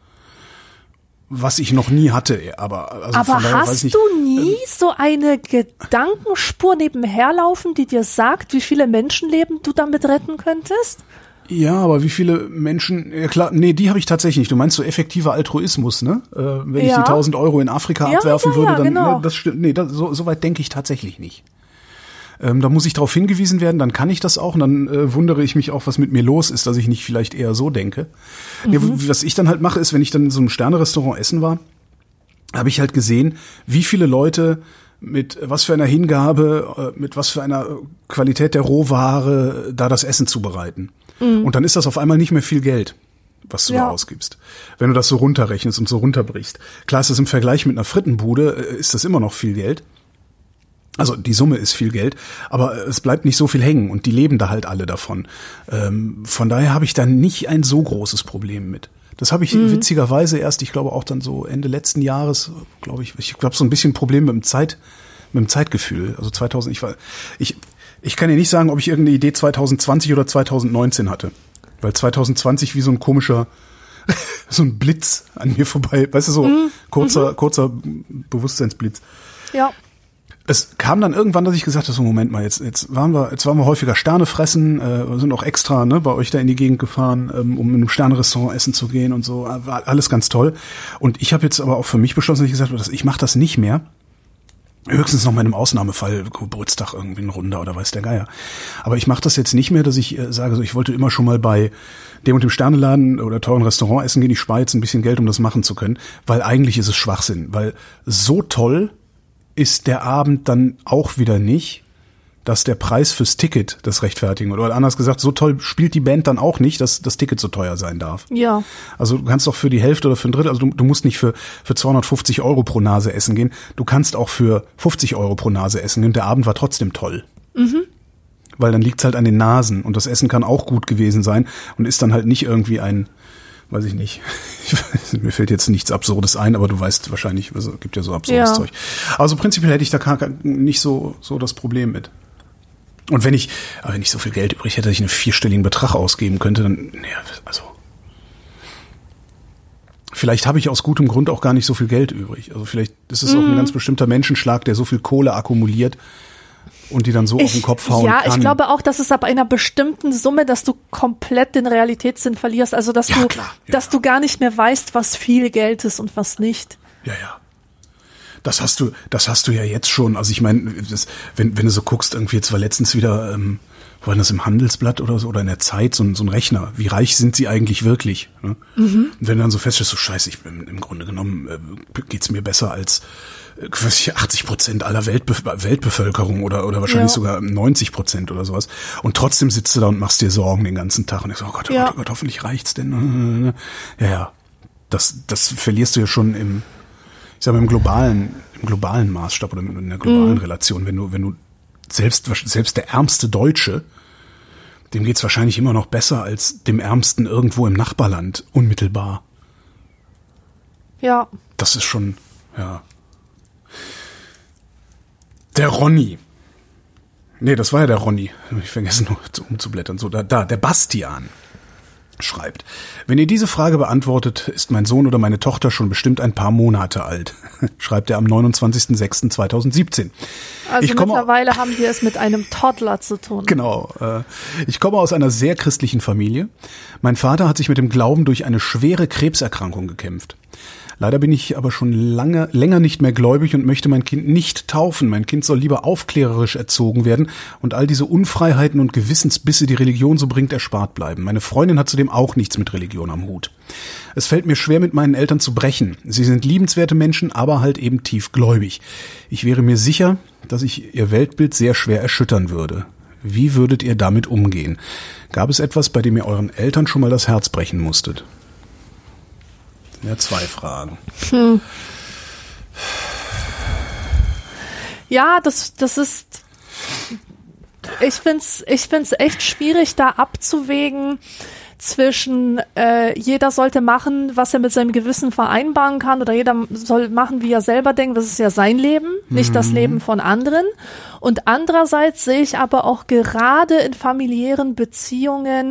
Was ich noch nie hatte, aber hast du nie so eine Gedankenspur nebenher laufen, die dir sagt, wie viele Menschenleben du damit retten könntest? Ja, aber wie viele Menschen, ja klar, nee, die habe ich tatsächlich nicht. Du meinst so effektiver Altruismus, ne? Wenn ich die 1.000 Euro in Afrika abwerfen würde, dann, genau. Ne, das stimmt, nee, so weit denke ich tatsächlich nicht. Da muss ich darauf hingewiesen werden, dann kann ich das auch und dann wundere ich mich auch, was mit mir los ist, dass ich nicht vielleicht eher so denke. Ja, was ich dann halt mache, ist, wenn ich dann in so einem Sterne-Restaurant essen war, habe ich halt gesehen, wie viele Leute mit was für einer Hingabe, mit was für einer Qualität der Rohware da das Essen zubereiten. Und dann ist das auf einmal nicht mehr viel Geld, was du da ausgibst. Wenn du das so runterrechnest und so runterbrichst. Klar ist das im Vergleich mit einer Frittenbude, ist das immer noch viel Geld. Also die Summe ist viel Geld, aber es bleibt nicht so viel hängen und die leben da halt alle davon. Von daher habe ich da nicht ein so großes Problem mit. Das habe ich witzigerweise erst, ich glaube auch dann so Ende letzten Jahres, glaube ich habe so ein bisschen ein Problem mit dem Zeitgefühl. Also 2000, ich kann dir nicht sagen, ob ich irgendeine Idee 2020 oder 2019 hatte. Weil 2020 wie so ein komischer, so ein Blitz an mir vorbei, weißt du, so kurzer Bewusstseinsblitz. Ja. Es kam dann irgendwann, dass ich gesagt habe, so Moment mal, jetzt waren wir häufiger Sterne fressen, sind auch extra bei euch da in die Gegend gefahren, um in einem Sterne-Restaurant essen zu gehen und so, war alles ganz toll. Und ich habe jetzt aber auch für mich beschlossen, dass ich gesagt habe, ich mache das nicht mehr. Höchstens noch mal in einem Ausnahmefall, Geburtstag irgendwie ein Runder oder weiß der Geier. Aber ich mache das jetzt nicht mehr, dass ich sage, so ich wollte immer schon mal bei dem und dem Sterneladen oder teuren Restaurant essen gehen, ich spare jetzt ein bisschen Geld, um das machen zu können, weil eigentlich ist es Schwachsinn, weil so toll ist der Abend dann auch wieder nicht, dass der Preis fürs Ticket das rechtfertigen. Oder anders gesagt, so toll spielt die Band dann auch nicht, dass das Ticket so teuer sein darf. Ja. Also du kannst doch für die Hälfte oder für ein Drittel, also du musst nicht für 250 Euro pro Nase essen gehen, du kannst auch für 50 Euro pro Nase essen gehen und der Abend war trotzdem toll. Weil dann liegt's halt an den Nasen und das Essen kann auch gut gewesen sein und ist dann halt nicht irgendwie ein, weiß ich nicht, mir fällt jetzt nichts Absurdes ein, aber du weißt wahrscheinlich, es gibt ja so absurdes Zeug. Also prinzipiell hätte ich da nicht so das Problem mit. Und wenn ich so viel Geld übrig hätte, dass ich einen 4-stelligen Betrag ausgeben könnte, dann, also vielleicht habe ich aus gutem Grund auch gar nicht so viel Geld übrig. Also vielleicht ist es auch ein ganz bestimmter Menschenschlag, der so viel Kohle akkumuliert und die dann so auf den Kopf hauen kann. Ja, ich glaube auch, dass es ab einer bestimmten Summe, dass du komplett den Realitätssinn verlierst. Also dass du gar nicht mehr weißt, was viel Geld ist und was nicht. Ja. Das hast du ja jetzt schon. Also ich meine, wenn du so guckst, irgendwie jetzt war letztens wieder, war das im Handelsblatt oder so oder in der Zeit so ein Rechner. Wie reich sind sie eigentlich wirklich? Ne? Und wenn du dann so feststellst, so scheiße, im Grunde genommen geht's mir besser als 80% aller Weltbevölkerung oder wahrscheinlich sogar 90% oder sowas. Und trotzdem sitzt du da und machst dir Sorgen den ganzen Tag und denkst, oh Gott, hoffentlich reicht's denn. Ja. das verlierst du ja schon im globalen Maßstab oder in der globalen Relation, wenn du selbst der ärmste Deutsche, dem geht's wahrscheinlich immer noch besser als dem Ärmsten irgendwo im Nachbarland, unmittelbar. Ja. Das ist schon, ja. Der Ronny. Nee, das war ja der Ronny. Ich vergesse nur umzublättern. So, der Bastian schreibt: Wenn ihr diese Frage beantwortet, ist mein Sohn oder meine Tochter schon bestimmt ein paar Monate alt. Schreibt er am 29.06.2017. Also mittlerweile haben wir es mit einem Toddler zu tun. Genau. Ich komme aus einer sehr christlichen Familie. Mein Vater hat sich mit dem Glauben durch eine schwere Krebserkrankung gekämpft. Leider bin ich aber schon länger nicht mehr gläubig und möchte mein Kind nicht taufen. Mein Kind soll lieber aufklärerisch erzogen werden und all diese Unfreiheiten und Gewissensbisse, die Religion so bringt, erspart bleiben. Meine Freundin hat zudem auch nichts mit Religion am Hut. Es fällt mir schwer, mit meinen Eltern zu brechen. Sie sind liebenswerte Menschen, aber halt eben tiefgläubig. Ich wäre mir sicher, dass ich ihr Weltbild sehr schwer erschüttern würde. Wie würdet ihr damit umgehen? Gab es etwas, bei dem ihr euren Eltern schon mal das Herz brechen musstet? Ja, 2 Fragen. Ja, das ist, ich find's echt schwierig, da abzuwägen zwischen, jeder sollte machen, was er mit seinem Gewissen vereinbaren kann, oder jeder soll machen, wie er selber denkt, das ist ja sein Leben, nicht das Leben von anderen. Und andererseits sehe ich aber auch gerade in familiären Beziehungen,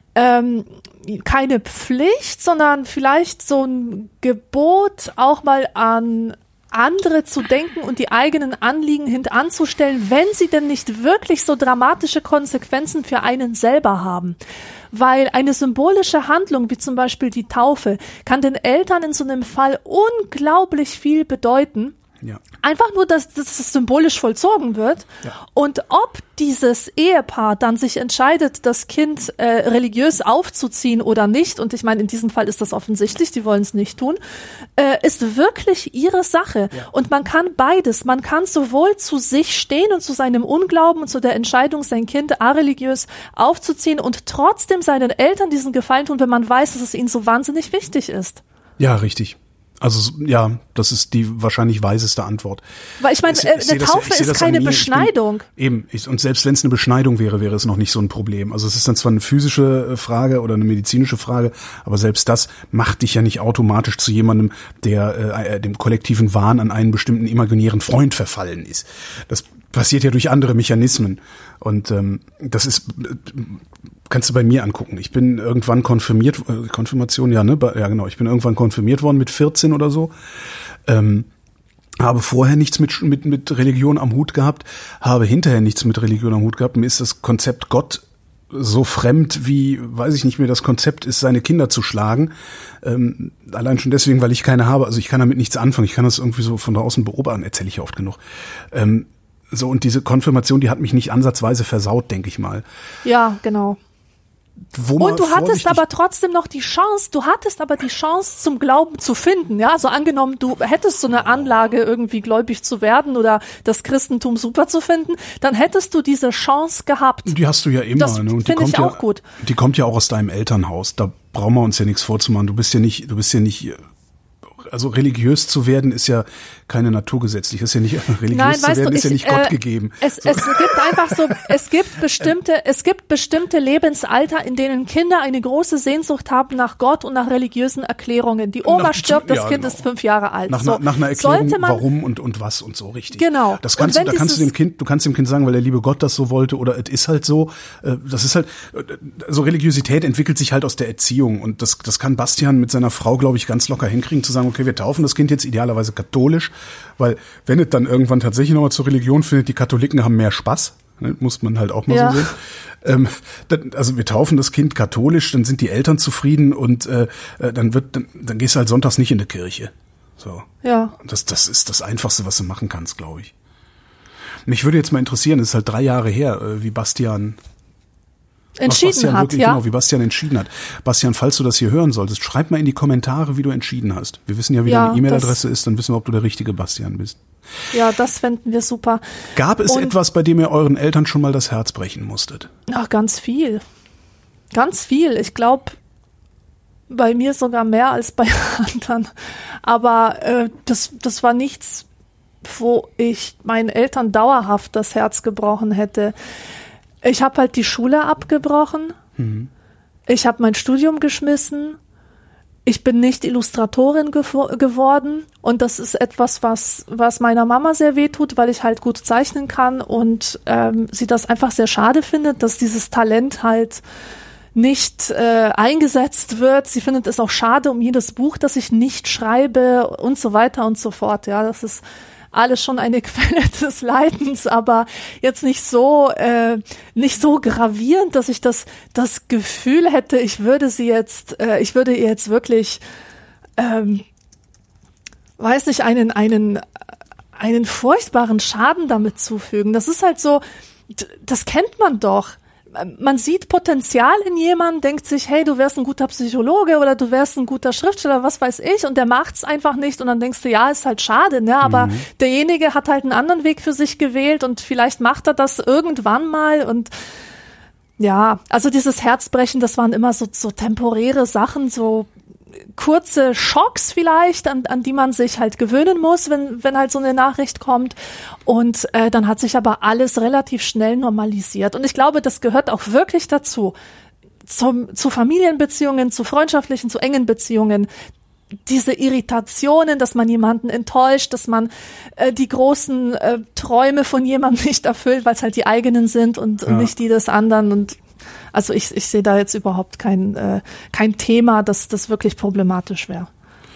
keine Pflicht, sondern vielleicht so ein Gebot, auch mal an andere zu denken und die eigenen Anliegen hintanzustellen, wenn sie denn nicht wirklich so dramatische Konsequenzen für einen selber haben. Weil eine symbolische Handlung, wie zum Beispiel die Taufe, kann den Eltern in so einem Fall unglaublich viel bedeuten. Ja. Einfach nur, dass das symbolisch vollzogen wird. Ja. Und ob dieses Ehepaar dann sich entscheidet, das Kind religiös aufzuziehen oder nicht, und ich meine, in diesem Fall ist das offensichtlich, die wollen es nicht tun, ist wirklich ihre Sache. Ja. Und man kann beides. Man kann sowohl zu sich stehen und zu seinem Unglauben und zu der Entscheidung, sein Kind areligiös aufzuziehen und trotzdem seinen Eltern diesen Gefallen tun, wenn man weiß, dass es ihnen so wahnsinnig wichtig ist. Ja, richtig. Also ja, das ist die wahrscheinlich weiseste Antwort. Weil ich meine, eine Taufe ist keine Beschneidung. Und selbst wenn es eine Beschneidung wäre, wäre es noch nicht so ein Problem. Also es ist dann zwar eine physische Frage oder eine medizinische Frage, aber selbst das macht dich ja nicht automatisch zu jemandem, der dem kollektiven Wahn an einen bestimmten imaginären Freund verfallen ist. Das passiert ja durch andere Mechanismen. Und das ist, kannst du bei mir angucken. Ich bin irgendwann Konfirmation, ja, ne? Ja, genau. Ich bin irgendwann konfirmiert worden mit 14 oder so. Habe vorher nichts mit Religion am Hut gehabt, habe hinterher nichts mit Religion am Hut gehabt. Mir ist das Konzept Gott so fremd wie, weiß ich nicht mehr, das Konzept ist, seine Kinder zu schlagen. Allein schon deswegen, weil ich keine habe. Also ich kann damit nichts anfangen. Ich kann das irgendwie so von draußen beobachten, erzähle ich ja oft genug. So, und diese Konfirmation, die hat mich nicht ansatzweise versaut, denke ich mal. Ja, genau. Und du hattest aber trotzdem noch die Chance, zum Glauben zu finden, ja, also angenommen, du hättest so eine Anlage, irgendwie gläubig zu werden oder das Christentum super zu finden, dann hättest du diese Chance gehabt. Die hast du ja immer, das ne? Und finde ich auch gut. Die kommt ja auch aus deinem Elternhaus, da brauchen wir uns ja nichts vorzumachen, du bist ja nicht, also religiös zu werden ist ja keine naturgesetzlich, ist ja nicht religiös zu werden, ist ja nicht Gott gegeben. Es gibt einfach so, es gibt bestimmte Lebensalter, in denen Kinder eine große Sehnsucht haben nach Gott und nach religiösen Erklärungen. Die Oma stirbt, das Kind ist 5 Jahre alt. Nach einer Erklärung, warum und was und so, richtig. Genau. Du kannst dem Kind sagen, weil der liebe Gott das so wollte oder es ist halt so. Das ist halt, also Religiosität entwickelt sich halt aus der Erziehung und das kann Bastian mit seiner Frau, glaube ich, ganz locker hinkriegen, zu sagen, okay, wir taufen das Kind jetzt idealerweise katholisch, weil wenn es dann irgendwann tatsächlich nochmal zur Religion findet, die Katholiken haben mehr Spaß, ne, muss man halt auch mal so sehen. Also wir taufen das Kind katholisch, dann sind die Eltern zufrieden und dann gehst du halt sonntags nicht in die Kirche. So. Ja. Das ist das Einfachste, was du machen kannst, glaube ich. Mich würde jetzt mal interessieren, es ist halt 3 Jahre her, wie Bastian entschieden hat, ja. Genau, wie Bastian entschieden hat. Bastian, falls du das hier hören solltest, schreib mal in die Kommentare, wie du entschieden hast. Wir wissen ja, wie deine E-Mail-Adresse ist, dann wissen wir, ob du der richtige Bastian bist. Ja, das fänden wir super. Gab es etwas, bei dem ihr euren Eltern schon mal das Herz brechen musstet? Ach, ganz viel. Ganz viel. Ich glaube, Bei mir sogar mehr als bei anderen. Aber das war nichts, wo ich meinen Eltern dauerhaft das Herz gebrochen hätte. Ich habe halt die Schule abgebrochen. Ich habe mein Studium geschmissen. Ich bin nicht Illustratorin geworden. Und das ist etwas, was meiner Mama sehr wehtut, weil ich halt gut zeichnen kann und sie das einfach sehr schade findet, dass dieses Talent halt nicht eingesetzt wird. Sie findet es auch schade um jedes Buch, das ich nicht schreibe und so weiter und so fort. Ja, das ist alles schon eine Quelle des Leidens, aber jetzt nicht so gravierend, dass ich das Gefühl hätte, ich würde ihr jetzt wirklich, weiß nicht, einen furchtbaren Schaden damit zufügen. Das ist halt so, das kennt man doch. Man sieht Potenzial in jemandem, denkt sich, hey, du wärst ein guter Psychologe oder du wärst ein guter Schriftsteller, was weiß ich, und der macht's einfach nicht und dann denkst du, ja, ist halt schade, ne, aber derjenige hat halt einen anderen Weg für sich gewählt und vielleicht macht er das irgendwann mal und ja, also dieses Herzbrechen, das waren immer so temporäre Sachen, so kurze Schocks vielleicht, an die man sich halt gewöhnen muss, wenn halt so eine Nachricht kommt. Und dann hat sich aber alles relativ schnell normalisiert. Und ich glaube, das gehört auch wirklich dazu. Zu Familienbeziehungen, zu freundschaftlichen, zu engen Beziehungen. Diese Irritationen, dass man jemanden enttäuscht, dass man die großen Träume von jemandem nicht erfüllt, weil es halt die eigenen sind und nicht die des anderen. Und also ich sehe da jetzt überhaupt kein Thema, das wirklich problematisch wäre.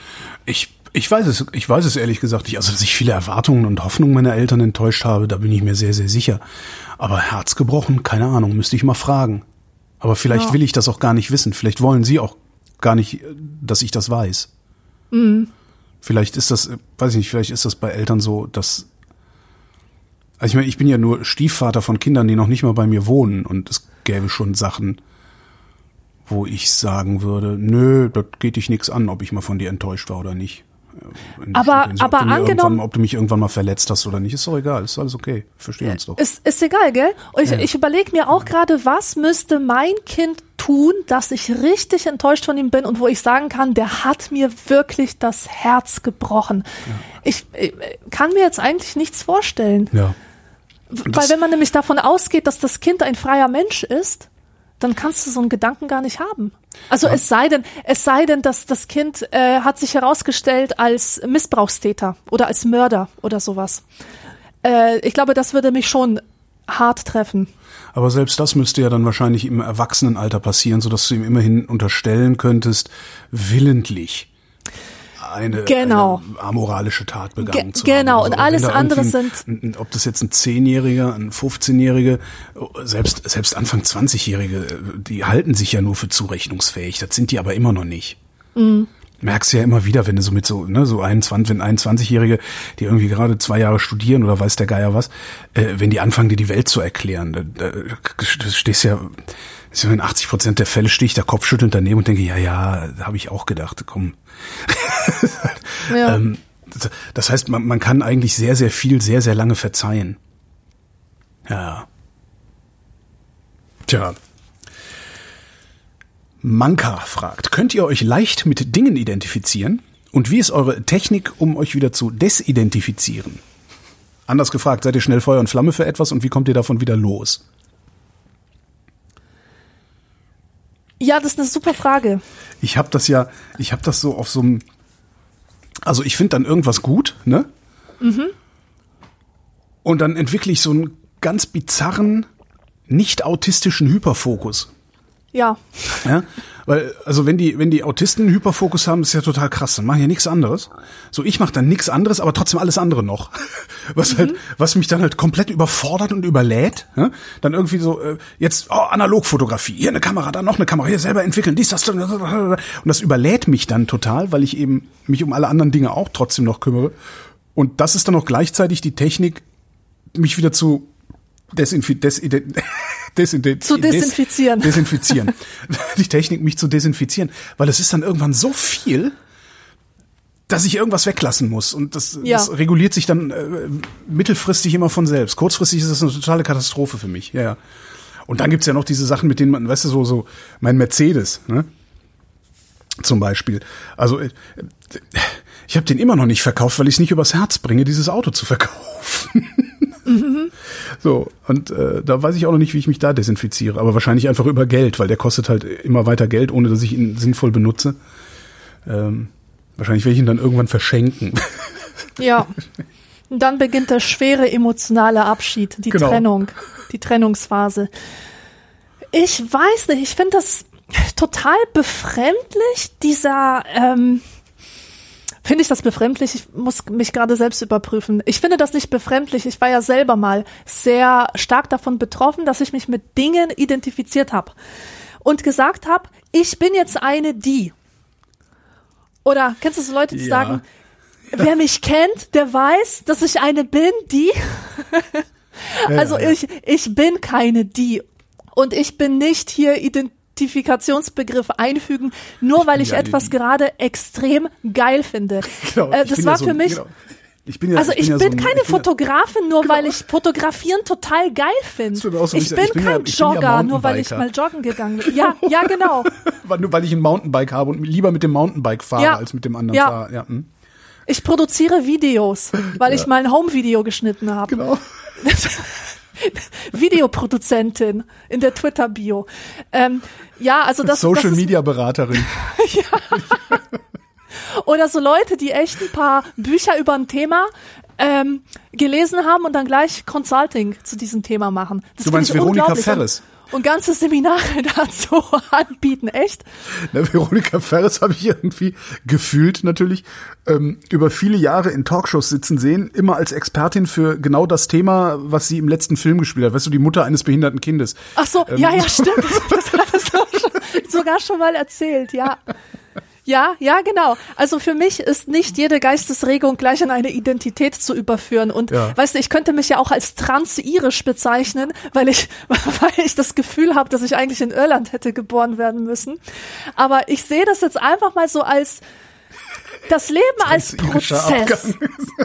Ich weiß es ehrlich gesagt nicht. Also, dass ich viele Erwartungen und Hoffnungen meiner Eltern enttäuscht habe, da bin ich mir sehr, sehr sicher. Aber Herz gebrochen, keine Ahnung, müsste ich mal fragen. Aber vielleicht will ich das auch gar nicht wissen. Vielleicht wollen sie auch gar nicht, dass ich das weiß. Vielleicht ist das, weiß ich nicht, vielleicht ist das bei Eltern so, dass, also ich meine, ich bin ja nur Stiefvater von Kindern, die noch nicht mal bei mir wohnen und es gäbe schon Sachen, wo ich sagen würde, nö, das geht dich nichts an, ob ich mal von dir enttäuscht war oder nicht. Aber angenommen, ob du mich irgendwann mal verletzt hast oder nicht, ist doch egal, ist alles okay, verstehen uns doch. Ist egal, gell? Und ich überlege mir auch gerade, was müsste mein Kind tun, dass ich richtig enttäuscht von ihm bin und wo ich sagen kann, der hat mir wirklich das Herz gebrochen. Ja. Ich kann mir jetzt eigentlich nichts vorstellen. Ja. Weil wenn man nämlich davon ausgeht, dass das Kind ein freier Mensch ist, dann kannst du so einen Gedanken gar nicht haben. Also es sei denn, dass das Kind hat sich herausgestellt als Missbrauchstäter oder als Mörder oder sowas. Ich glaube, das würde mich schon hart treffen. Aber selbst das müsste ja dann wahrscheinlich im Erwachsenenalter passieren, sodass du ihm immerhin unterstellen könntest, willentlich eine amoralische Tat begangen zu haben. Genau, und alles andere sind... Ob das jetzt ein 10-Jähriger, ein 15-Jähriger, selbst Anfang 20-Jährige, die halten sich ja nur für zurechnungsfähig. Das sind die aber immer noch nicht. Merkst du ja immer wieder, wenn du so mit wenn 21-Jährige, die irgendwie gerade 2 Jahre studieren oder weiß der Geier was, wenn die anfangen, dir die Welt zu erklären, da stehst ja... In 80% der Fälle stehe ich da kopfschüttelnd daneben und denke, ja, da habe ich auch gedacht, komm. Ja. Das heißt, man kann eigentlich sehr, sehr viel, sehr, sehr lange verzeihen. Ja. Tja. Manka fragt, könnt ihr euch leicht mit Dingen identifizieren? Und wie ist eure Technik, um euch wieder zu desidentifizieren? Anders gefragt, seid ihr schnell Feuer und Flamme für etwas und wie kommt ihr davon wieder los? Ja, das ist eine super Frage. Ich habe das so auf so einem, also ich finde dann irgendwas gut, ne? Und dann entwickle ich so einen ganz bizarren, nicht autistischen Hyperfokus. Ja. Weil, also wenn die Autisten einen Hyperfokus haben, ist ja total krass, dann machen ja nichts anderes. So, ich mache dann nichts anderes, aber trotzdem alles andere noch. Was mich dann halt komplett überfordert und überlädt. Ja? Dann irgendwie so, jetzt Analogfotografie, hier eine Kamera, da noch eine Kamera, hier selber entwickeln, dies, das, und das überlädt mich dann total, weil ich eben mich um alle anderen Dinge auch trotzdem noch kümmere. Und das ist dann auch gleichzeitig die Technik, mich wieder zu desinfizieren. Die Technik, mich zu desinfizieren. Weil es ist dann irgendwann so viel, dass ich irgendwas weglassen muss. Und das reguliert sich dann mittelfristig immer von selbst. Kurzfristig ist das eine totale Katastrophe für mich. Ja. Und dann gibt's ja noch diese Sachen, mit denen man, weißt du, so mein Mercedes, ne? Zum Beispiel. Also ich habe den immer noch nicht verkauft, weil ich es nicht übers Herz bringe, dieses Auto zu verkaufen. So, und da weiß ich auch noch nicht, wie ich mich da desinfiziere. Aber wahrscheinlich einfach über Geld, weil der kostet halt immer weiter Geld, ohne dass ich ihn sinnvoll benutze. Wahrscheinlich werde ich ihn dann irgendwann verschenken. Ja, und dann beginnt der schwere emotionale Abschied, die Trennung, die Trennungsphase. Ich weiß nicht, ich finde das total befremdlich, finde ich das befremdlich? Ich muss mich gerade selbst überprüfen. Ich finde das nicht befremdlich. Ich war ja selber mal sehr stark davon betroffen, dass ich mich mit Dingen identifiziert habe und gesagt habe, ich bin jetzt eine die. Oder kennst du so Leute, die sagen, wer mich kennt, der weiß, dass ich eine bin, die. Also ich bin keine die. Und ich bin nicht hier Identifikationsbegriff einfügen, nur weil ich etwas gerade extrem geil finde. Genau, das war für mich. Genau. Ich bin keine Fotografin, nur weil ich Fotografieren total geil finde. Ich bin kein Jogger, nur weil ich mal joggen gegangen bin. Ja, genau. Nur weil ich ein Mountainbike habe und lieber mit dem Mountainbike fahre als mit dem anderen fahre. Ja. Ich produziere Videos, weil ich mal ein Home-Video geschnitten habe. Genau. Videoproduzentin in der Twitter-Bio. Also das Social-Media-Beraterin. Ja. Oder so Leute, die echt ein paar Bücher über ein Thema gelesen haben und dann gleich Consulting zu diesem Thema machen. Das du meinst Veronika Ferres? Und ganze Seminare dazu anbieten, echt? Veronika Ferres habe ich irgendwie gefühlt natürlich über viele Jahre in Talkshows sitzen sehen, immer als Expertin für genau das Thema, was sie im letzten Film gespielt hat. Weißt du, die Mutter eines behinderten Kindes. Ach so, ja, stimmt. Das hattest du sogar schon mal erzählt, ja. Ja, genau. Also für mich ist nicht jede Geistesregung gleich in eine Identität zu überführen. Und weißt du, ich könnte mich ja auch als transirisch bezeichnen, weil ich das Gefühl habe, dass ich eigentlich in Irland hätte geboren werden müssen. Aber ich sehe das jetzt einfach mal so als das Leben als Prozess.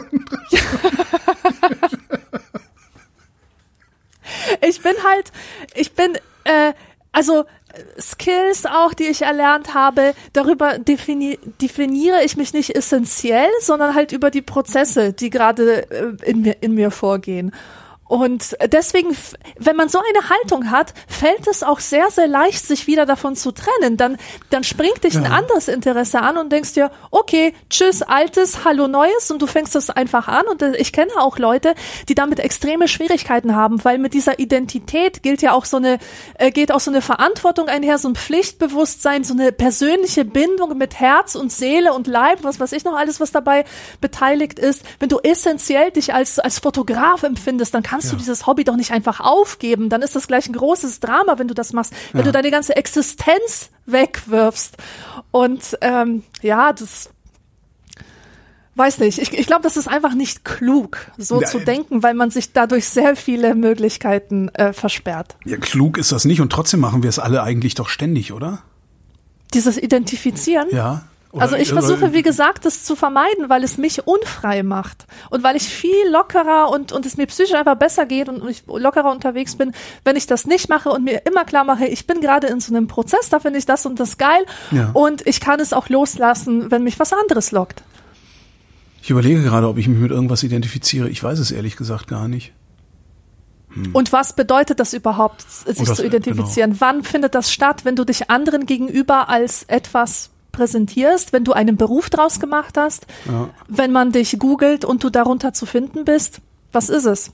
Also Skills auch, die ich erlernt habe, darüber definiere ich mich nicht essentiell, sondern halt über die Prozesse, die gerade in mir vorgehen. Und deswegen, wenn man so eine Haltung hat, fällt es auch sehr, sehr leicht, sich wieder davon zu trennen. Dann springt dich ein anderes Interesse an und denkst dir, okay, tschüss, Altes, hallo Neues, und du fängst das einfach an. Und ich kenne auch Leute, die damit extreme Schwierigkeiten haben, weil mit dieser Identität geht auch so eine Verantwortung einher, so ein Pflichtbewusstsein, so eine persönliche Bindung mit Herz und Seele und Leib, was weiß ich noch alles, was dabei beteiligt ist. Wenn du essentiell dich als Fotograf empfindest, dann kannst du dieses Hobby doch nicht einfach aufgeben. Dann ist das gleich ein großes Drama, wenn du das machst, wenn du deine ganze Existenz wegwirfst. Und das weiß nicht. Ich glaube, das ist einfach nicht klug, so zu denken, weil man sich dadurch sehr viele Möglichkeiten versperrt. Ja, klug ist das nicht und trotzdem machen wir es alle eigentlich doch ständig, oder? Dieses Identifizieren? Ja. Also ich versuche, wie gesagt, das zu vermeiden, weil es mich unfrei macht und weil ich viel lockerer und es mir psychisch einfach besser geht und ich lockerer unterwegs bin, wenn ich das nicht mache und mir immer klar mache, ich bin gerade in so einem Prozess, da finde ich das und das geil und ich kann es auch loslassen, wenn mich was anderes lockt. Ich überlege gerade, ob ich mich mit irgendwas identifiziere. Ich weiß es ehrlich gesagt gar nicht. Und was bedeutet das überhaupt, sich zu identifizieren? Genau. Wann findet das statt, wenn du dich anderen gegenüber als etwas präsentierst, wenn du einen Beruf draus gemacht hast, wenn man dich googelt und du darunter zu finden bist? Was ist es?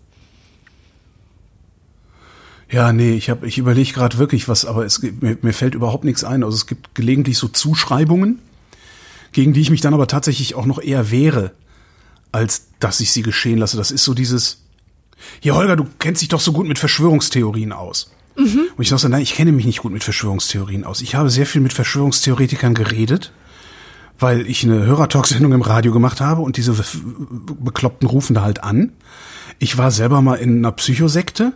Ja, nee, ich überlege gerade wirklich was, aber mir fällt überhaupt nichts ein. Also es gibt gelegentlich so Zuschreibungen, gegen die ich mich dann aber tatsächlich auch noch eher wehre, als dass ich sie geschehen lasse. Das ist so dieses, hier Holger, du kennst dich doch so gut mit Verschwörungstheorien aus. Und ich dachte, nein, ich kenne mich nicht gut mit Verschwörungstheorien aus. Ich habe sehr viel mit Verschwörungstheoretikern geredet, weil ich eine Hörertalk-Sendung im Radio gemacht habe und diese Bekloppten rufen da halt an. Ich war selber mal in einer Psychosekte.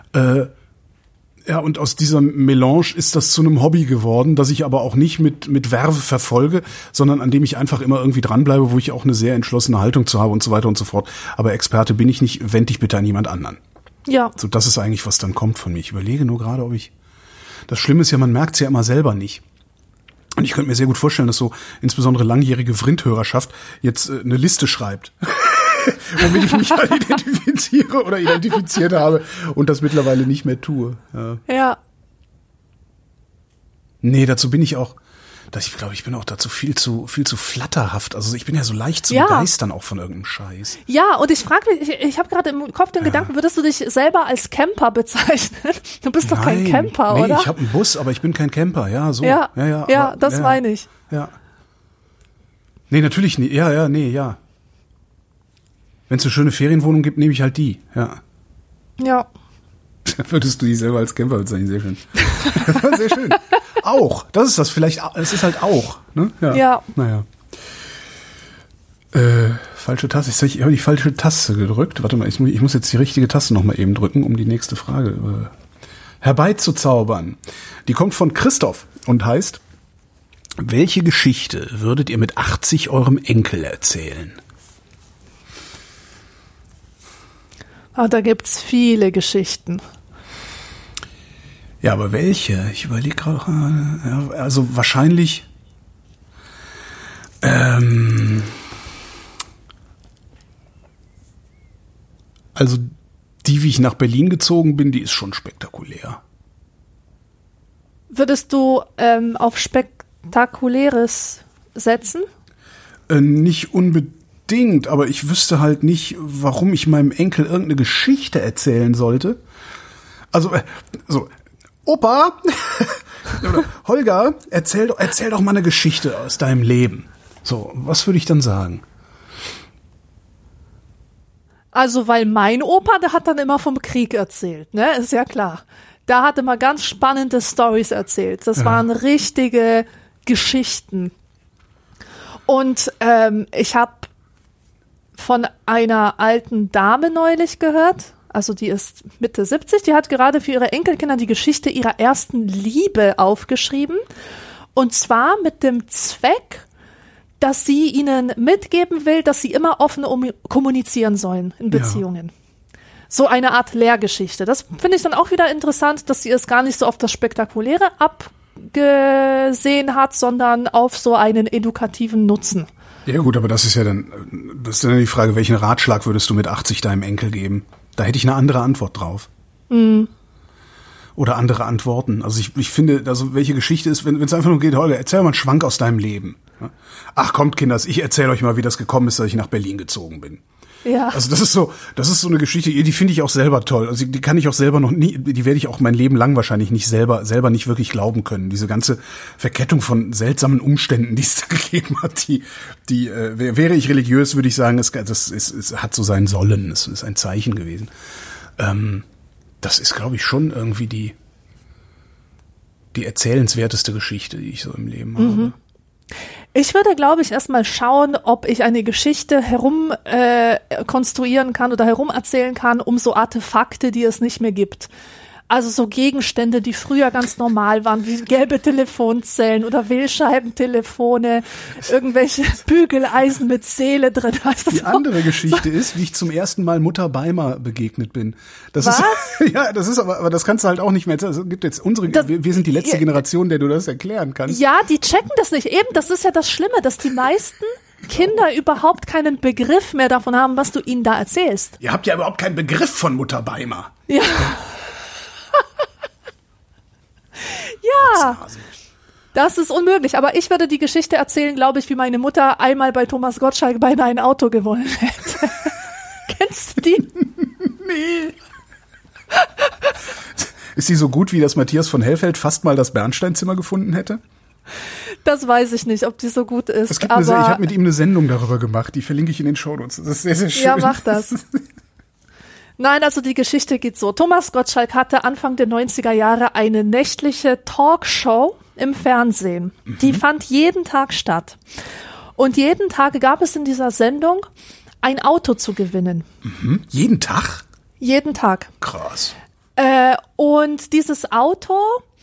Und aus dieser Melange ist das zu einem Hobby geworden, das ich aber auch nicht mit Verve verfolge, sondern an dem ich einfach immer irgendwie dranbleibe, wo ich auch eine sehr entschlossene Haltung zu habe und so weiter und so fort. Aber Experte bin ich nicht, wende dich bitte an jemand anderen. Ja. So, das ist eigentlich, was dann kommt von mir. Ich überlege nur gerade, das Schlimme ist ja, man merkt es ja immer selber nicht. Und ich könnte mir sehr gut vorstellen, dass so insbesondere langjährige Vrindhörerschaft jetzt eine Liste schreibt, womit ich mich halt identifiziere oder identifiziert habe und das mittlerweile nicht mehr tue. Ja. Nee, dazu bin ich auch, ich glaube, ich bin auch dazu viel zu flatterhaft. Also ich bin ja so leicht zu begeistern auch von irgendeinem Scheiß. Ja, und ich frage mich, ich habe gerade im Kopf den Gedanken, würdest du dich selber als Camper bezeichnen? Du bist doch kein Camper, oder? Nee, ich habe einen Bus, aber ich bin kein Camper, ja, so. Ja, das meine ich. Ja. Nee, natürlich nicht. Ja. Wenn es eine schöne Ferienwohnung gibt, nehme ich halt die, ja. Ja. Würdest du dich selber als Camper bezeichnen? Sehr schön. Sehr schön. Auch. Das ist das vielleicht. Es ist halt auch. Ne? Ja. Naja. Falsche Taste. Ich habe die falsche Taste gedrückt. Warte mal, ich muss jetzt die richtige Taste noch mal eben drücken, um die nächste Frage herbeizuzaubern. Die kommt von Christoph und heißt: Welche Geschichte würdet ihr mit 80 eurem Enkel erzählen? Da gibt's viele Geschichten. Ja, aber welche? Ich überlege gerade. Also wahrscheinlich. Also die, wie ich nach Berlin gezogen bin, die ist schon spektakulär. Würdest du auf Spektakuläres setzen? Nicht unbedingt, aber ich wüsste halt nicht, warum ich meinem Enkel irgendeine Geschichte erzählen sollte. Also, Opa, oder Holger, erzähl doch mal eine Geschichte aus deinem Leben. So, was würde ich dann sagen? Also, weil mein Opa, der hat dann immer vom Krieg erzählt, ne? Ist ja klar. Da hat immer ganz spannende Storys erzählt. Das waren richtige Geschichten. Und ich habe von einer alten Dame neulich gehört, also die ist Mitte 70, die hat gerade für ihre Enkelkinder die Geschichte ihrer ersten Liebe aufgeschrieben. Und zwar mit dem Zweck, dass sie ihnen mitgeben will, dass sie immer offen kommunizieren sollen in Beziehungen. Ja. So eine Art Lehrgeschichte. Das finde ich dann auch wieder interessant, dass sie es gar nicht so auf das Spektakuläre abgesehen hat, sondern auf so einen edukativen Nutzen. Ja gut, aber das ist dann die Frage, welchen Ratschlag würdest du mit 80 deinem Enkel geben? Da hätte ich eine andere Antwort drauf. Mhm. Oder andere Antworten. Also ich finde, also welche Geschichte ist, wenn es einfach nur geht, Holger, erzähl mal einen Schwank aus deinem Leben. Ach kommt, Kinders, ich erzähle euch mal, wie das gekommen ist, dass ich nach Berlin gezogen bin. Ja. Also das ist so eine Geschichte, die finde ich auch selber toll. Also die kann ich auch selber noch nie, die werde ich auch mein Leben lang wahrscheinlich nicht selber nicht wirklich glauben können. Diese ganze Verkettung von seltsamen Umständen, die es da gegeben hat, die wäre ich religiös, würde ich sagen, es hat so sein Sollen, es ist ein Zeichen gewesen. Das ist, glaube ich, schon irgendwie die erzählenswerteste Geschichte, die ich so im Leben habe. Ich würde, glaube ich, erstmal schauen, ob ich eine Geschichte konstruieren kann oder herumerzählen kann, um so Artefakte, die es nicht mehr gibt. Also so Gegenstände, die früher ganz normal waren, wie gelbe Telefonzellen oder Wählscheibentelefone, irgendwelche Bügeleisen mit Seele drin. Weißt du, die andere Geschichte ist, wie ich zum ersten Mal Mutter Beimer begegnet bin. Was? Ja, das ist aber das kannst du halt auch nicht mehr. Also gibt jetzt wir sind die letzte Generation, der du das erklären kannst. Ja, die checken das nicht. Eben, das ist ja das Schlimme, dass die meisten Kinder überhaupt keinen Begriff mehr davon haben, was du ihnen da erzählst. Ihr habt ja überhaupt keinen Begriff von Mutter Beimer. Ja. Ja, das ist unmöglich. Aber ich würde die Geschichte erzählen, glaube ich, wie meine Mutter einmal bei Thomas Gottschalk beinahe ein Auto gewonnen hätte. Kennst du die? Nee. Ist sie so gut, wie das Matthias von Hellfeld fast mal das Bernsteinzimmer gefunden hätte? Das weiß ich nicht, ob die so gut ist. Ich habe mit ihm eine Sendung darüber gemacht, die verlinke ich in den Shownotes. Das ist sehr, sehr schön. Ja, mach das. Nein, also die Geschichte geht so. Thomas Gottschalk hatte Anfang der 90er Jahre eine nächtliche Talkshow im Fernsehen. Die fand jeden Tag statt. Und jeden Tag gab es in dieser Sendung ein Auto zu gewinnen. Jeden Tag? Jeden Tag. Krass. Und dieses Auto,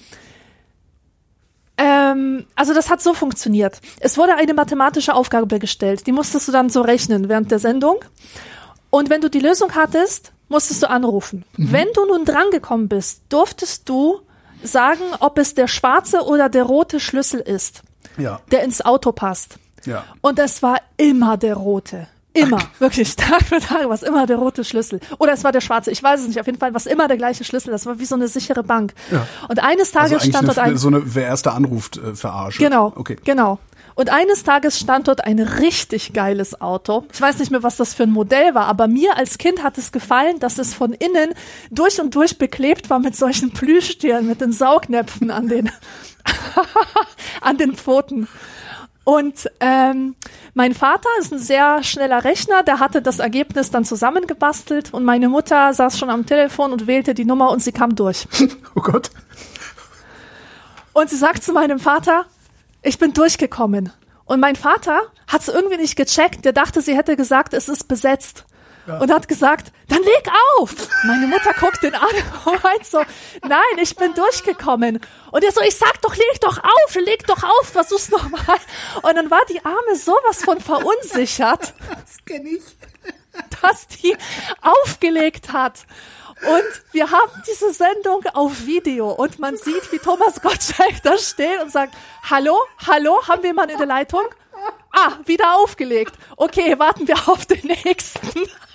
also das hat so funktioniert. Es wurde eine mathematische Aufgabe gestellt. Die musstest du dann so rechnen während der Sendung. Und wenn du die Lösung hattest, musstest du anrufen. Wenn du nun drangekommen bist, durftest du sagen, ob es der schwarze oder der rote Schlüssel ist. der ins Auto passt. Ja. Und es war immer der rote. Immer, wirklich, Tag für Tag war es immer der rote Schlüssel. Oder es war der schwarze, ich weiß es nicht. Auf jeden Fall war es immer der gleiche Schlüssel. Das war wie so eine sichere Bank. Ja. Und eines Tages stand dort so eine, wer erster anruft, verarsche. Genau, okay. Genau. Und eines Tages stand dort ein richtig geiles Auto. Ich weiß nicht mehr, was das für ein Modell war, aber mir als Kind hat es gefallen, dass es von innen durch und durch beklebt war mit solchen Plüschtieren, mit den Saugnäpfen an den, an den Pfoten. Und mein Vater ist ein sehr schneller Rechner, der hatte das Ergebnis dann zusammengebastelt und meine Mutter saß schon am Telefon und wählte die Nummer und sie kam durch. Oh Gott. Und sie sagt zu meinem Vater, ich bin durchgekommen. Und mein Vater hat es irgendwie nicht gecheckt. Der dachte, sie hätte gesagt, es ist besetzt. Ja. Und hat gesagt, dann leg auf. Meine Mutter guckt ihn an und meint so, nein, ich bin durchgekommen. Und er so, ich sag doch, leg doch auf, versuch's nochmal. Und dann war die Arme sowas von verunsichert, das kenn ich, dass die aufgelegt hat. Und wir haben diese Sendung auf Video und man sieht, wie Thomas Gottschalk da steht und sagt, hallo, haben wir jemanden in der Leitung? Ah, wieder aufgelegt. Okay, warten wir auf den nächsten.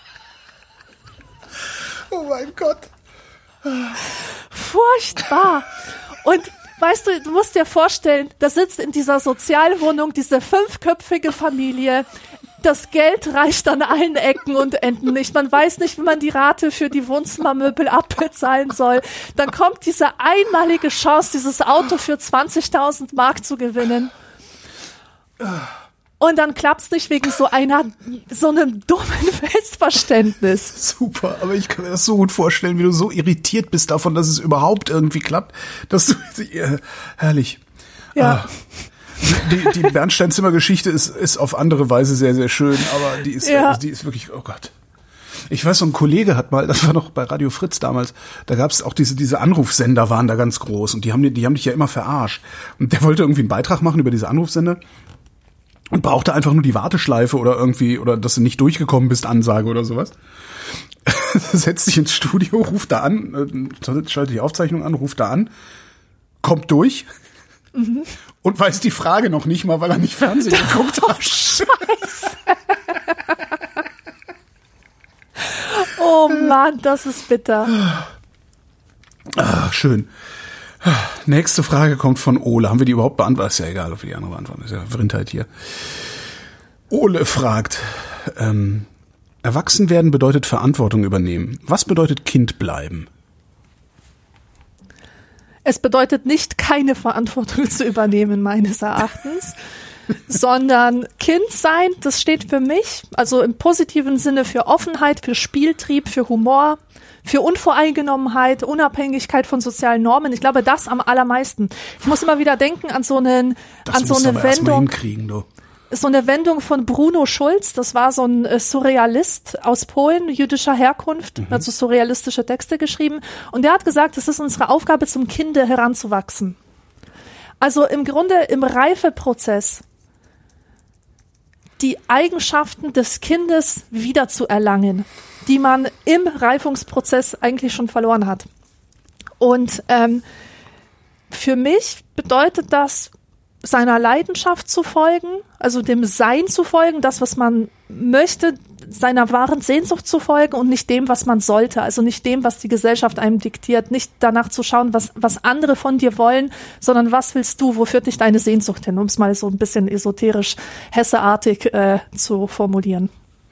Oh mein Gott. Furchtbar. Und weißt du musst dir vorstellen, da sitzt in dieser Sozialwohnung diese 5-köpfige Familie. Das Geld reicht an allen Ecken und Enden nicht. Man weiß nicht, wie man die Rate für die Wohnzimmermöbel abbezahlen soll. Dann kommt diese einmalige Chance, dieses Auto für 20.000 Mark zu gewinnen. Und dann klappt's nicht wegen so einem dummen Missverständnis. Super, aber ich kann mir das so gut vorstellen, wie du so irritiert bist davon, dass es überhaupt irgendwie klappt. Dass du, herrlich. Ja. Die Bernsteinzimmer-Geschichte ist auf andere Weise sehr, sehr schön, aber die ist wirklich, oh Gott. Ich weiß, so ein Kollege hat mal, das war noch bei Radio Fritz damals, da gab es auch diese Anrufsender waren da ganz groß und die haben dich ja immer verarscht. Und der wollte irgendwie einen Beitrag machen über diese Anrufsender und brauchte einfach nur die Warteschleife oder dass du nicht durchgekommen bist, Ansage oder sowas. Setzt sich ins Studio, ruft da an, schaltet die Aufzeichnung an, ruft da an, kommt durch. Mhm. Und weiß die Frage noch nicht mal, weil er nicht Fernsehen geguckt hat. Scheiße. Oh Mann, das ist bitter. Ach, schön. Nächste Frage kommt von Ole. Haben wir die überhaupt beantwortet? Ist ja egal, ob wir die andere beantworten. Ist ja Vrindheit hier. Ole fragt, erwachsen werden bedeutet Verantwortung übernehmen. Was bedeutet Kind bleiben? Es bedeutet nicht, keine Verantwortung zu übernehmen, meines Erachtens, sondern Kind sein, das steht für mich, also im positiven Sinne für Offenheit, für Spieltrieb, für Humor, für Unvoreingenommenheit, Unabhängigkeit von sozialen Normen. Ich glaube, das am allermeisten. Ich muss immer wieder denken an so eine Wendung. So eine Wendung von Bruno Schulz, das war so ein Surrealist aus Polen, jüdischer Herkunft, hat so surrealistische Texte geschrieben und der hat gesagt, es ist unsere Aufgabe, zum Kinde heranzuwachsen. Also im Grunde im Reifeprozess die Eigenschaften des Kindes wiederzuerlangen, die man im Reifungsprozess eigentlich schon verloren hat. Und für mich bedeutet das, seiner Leidenschaft zu folgen, also dem Sein zu folgen, das, was man möchte, seiner wahren Sehnsucht zu folgen und nicht dem, was man sollte, also nicht dem, was die Gesellschaft einem diktiert, nicht danach zu schauen, was andere von dir wollen, sondern was willst du, wo führt dich deine Sehnsucht hin, um es mal so ein bisschen esoterisch, hesseartig zu formulieren.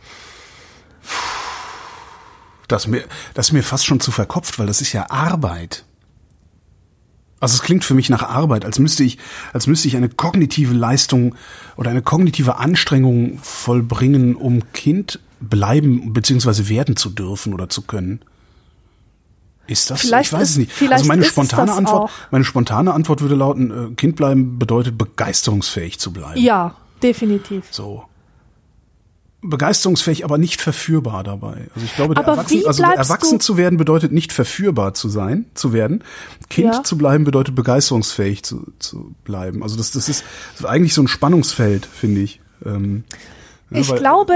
Das ist mir fast schon zu verkopft, weil das ist ja Arbeit. Also es klingt für mich nach Arbeit, als müsste ich eine kognitive Leistung oder eine kognitive Anstrengung vollbringen, um Kind bleiben bzw. werden zu dürfen oder zu können. Ist das so? Ich weiß es nicht. Also meine spontane Antwort würde lauten, Kind bleiben bedeutet begeisterungsfähig zu bleiben. Ja, definitiv. So. Begeisterungsfähig, aber nicht verführbar dabei. Also ich glaube, erwachsen zu werden bedeutet nicht verführbar zu werden. Kind zu bleiben bedeutet begeisterungsfähig zu bleiben. Also das ist eigentlich so ein Spannungsfeld, finde ich. Ich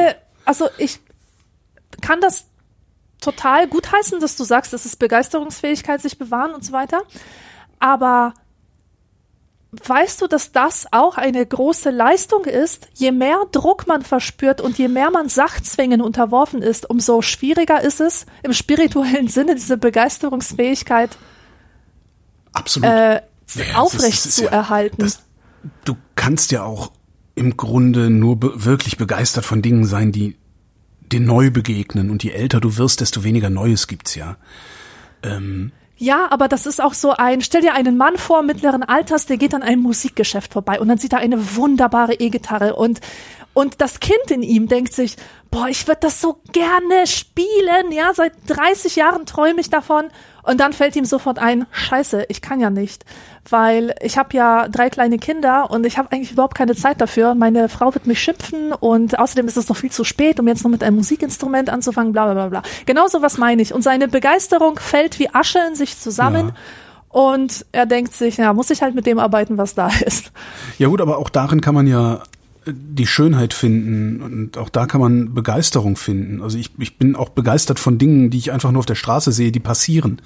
kann das total gutheißen, dass du sagst, das ist Begeisterungsfähigkeit, sich bewahren und so weiter. Aber weißt du, dass das auch eine große Leistung ist? Je mehr Druck man verspürt und je mehr man Sachzwängen unterworfen ist, umso schwieriger ist es, im spirituellen Sinne diese Begeisterungsfähigkeit aufrecht zu erhalten. Du kannst ja auch im Grunde nur wirklich begeistert von Dingen sein, die dir neu begegnen. Und je älter du wirst, desto weniger Neues gibt's ja. Ja, aber das ist auch so stell dir einen Mann vor, mittleren Alters, der geht an einem Musikgeschäft vorbei und dann sieht er eine wunderbare E-Gitarre und das Kind in ihm denkt sich, boah, ich würde das so gerne spielen, ja, seit 30 Jahren träume ich davon. Und dann fällt ihm sofort ein, scheiße, ich kann ja nicht, weil ich habe ja 3 kleine Kinder und ich habe eigentlich überhaupt keine Zeit dafür. Meine Frau wird mich schimpfen und außerdem ist es noch viel zu spät, um jetzt noch mit einem Musikinstrument anzufangen, bla bla bla bla. Genau so was meine ich. Und seine Begeisterung fällt wie Asche in sich zusammen. Ja. Und er denkt sich, ja, muss ich halt mit dem arbeiten, was da ist. Ja gut, aber auch darin kann man ja die Schönheit finden und auch da kann man Begeisterung finden. Also ich bin auch begeistert von Dingen, die ich einfach nur auf der Straße sehe, die passieren.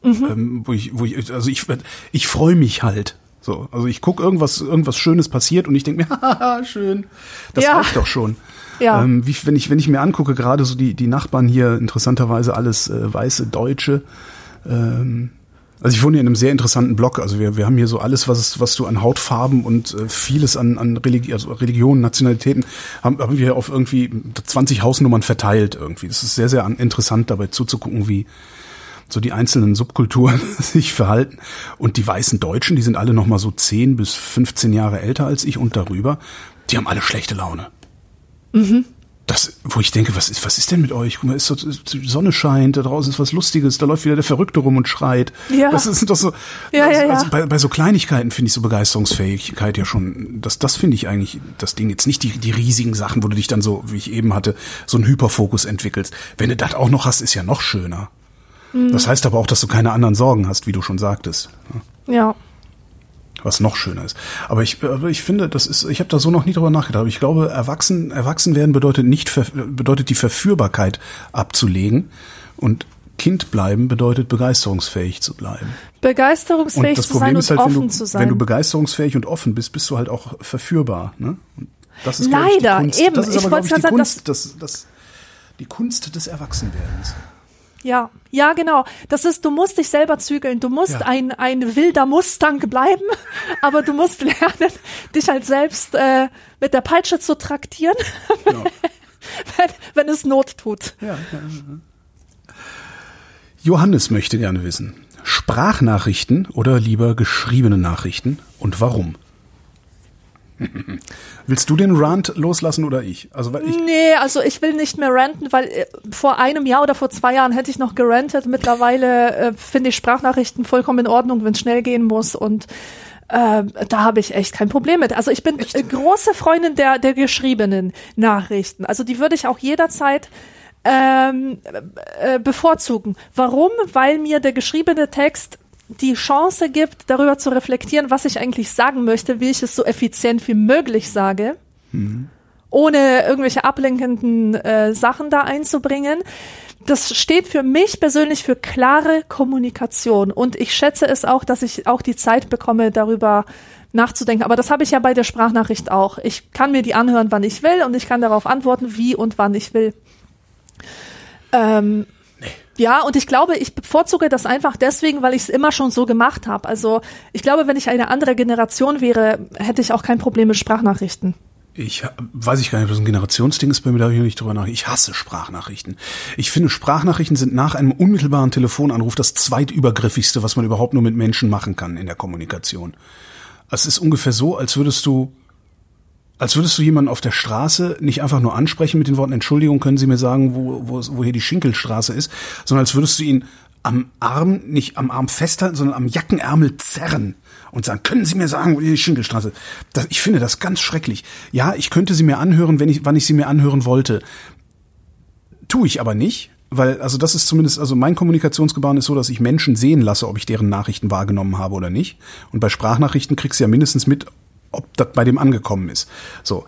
Ich freue mich halt. So, also ich gucke irgendwas Schönes passiert und ich denke mir, haha, schön. Das reicht doch schon. Ja. Wenn ich mir angucke, gerade so die Nachbarn hier, interessanterweise alles weiße Deutsche. Also ich wohne hier in einem sehr interessanten Block. Also wir haben hier so alles, was du an Hautfarben und vieles an Religionen, Nationalitäten haben wir auf irgendwie 20 Hausnummern verteilt irgendwie. Das ist sehr, sehr interessant dabei zuzugucken, wie so die einzelnen Subkulturen sich verhalten. Und die weißen Deutschen, die sind alle noch mal so 10 bis 15 Jahre älter als ich und darüber. Die haben alle schlechte Laune. Mhm. Das, wo ich denke, was ist denn mit euch? Guck mal, die Sonne scheint, da draußen ist was Lustiges, da läuft wieder der Verrückte rum und schreit. Ja. Das sind doch so, also bei so Kleinigkeiten finde ich so Begeisterungsfähigkeit ja schon, das finde ich eigentlich das Ding. Jetzt nicht die riesigen Sachen, wo du dich dann so, wie ich eben hatte, so einen Hyperfokus entwickelst. Wenn du das auch noch hast, ist ja noch schöner. Mhm. Das heißt aber auch, dass du keine anderen Sorgen hast, wie du schon sagtest. Ja. Was noch schöner ist. Aber ich finde, ich habe da so noch nie drüber nachgedacht. Aber ich glaube, erwachsen werden bedeutet die Verführbarkeit abzulegen und Kind bleiben bedeutet begeisterungsfähig zu bleiben. Begeisterungsfähig zu sein und offen zu sein. Wenn du begeisterungsfähig und offen bist, bist du halt auch verführbar. Ne? Und das ist, leider, ich, die Kunst. eben. Das ist aber, glaube ich, die Kunst des Erwachsenwerdens. Ja, genau. Du musst dich selber zügeln. Du musst ein wilder Mustang bleiben, aber du musst lernen, dich halt selbst mit der Peitsche zu traktieren, wenn es Not tut. Ja. Johannes möchte gerne wissen, Sprachnachrichten oder lieber geschriebene Nachrichten und warum? Willst du den Rant loslassen oder ich? Nee, ich will nicht mehr ranten, weil vor einem Jahr oder vor 2 Jahren hätte ich noch gerantet. Mittlerweile finde ich Sprachnachrichten vollkommen in Ordnung, wenn es schnell gehen muss und da habe ich echt kein Problem mit. Also ich bin große Freundin der geschriebenen Nachrichten. Also die würde ich auch jederzeit bevorzugen. Warum? Weil mir der geschriebene Text die Chance gibt, darüber zu reflektieren, was ich eigentlich sagen möchte, wie ich es so effizient wie möglich sage, ohne irgendwelche ablenkenden Sachen da einzubringen. Das steht für mich persönlich für klare Kommunikation und ich schätze es auch, dass ich auch die Zeit bekomme, darüber nachzudenken. Aber das habe ich ja bei der Sprachnachricht auch. Ich kann mir die anhören, wann ich will und ich kann darauf antworten, wie und wann ich will. Ja, und ich glaube, ich bevorzuge das einfach deswegen, weil ich es immer schon so gemacht habe. Also ich glaube, wenn ich eine andere Generation wäre, hätte ich auch kein Problem mit Sprachnachrichten. Weiß ich gar nicht, ob das ein Generationsding ist, bei mir da habe ich nicht drüber nach. Ich hasse Sprachnachrichten. Ich finde, Sprachnachrichten sind nach einem unmittelbaren Telefonanruf das zweitübergriffigste, was man überhaupt nur mit Menschen machen kann in der Kommunikation. Es ist ungefähr so, als würdest du jemanden auf der Straße nicht einfach nur ansprechen mit den Worten, Entschuldigung, können Sie mir sagen, wo hier die Schinkelstraße ist, sondern als würdest du ihn nicht am Arm festhalten, sondern am Jackenärmel zerren und sagen, können Sie mir sagen, wo hier die Schinkelstraße ist? Ich finde das ganz schrecklich. Ja, ich könnte sie mir anhören, wann ich sie mir anhören wollte. Tue ich aber nicht, weil, das ist zumindest, mein Kommunikationsgebaren ist so, dass ich Menschen sehen lasse, ob ich deren Nachrichten wahrgenommen habe oder nicht. Und bei Sprachnachrichten kriegst du ja mindestens mit, ob das bei dem angekommen ist. So,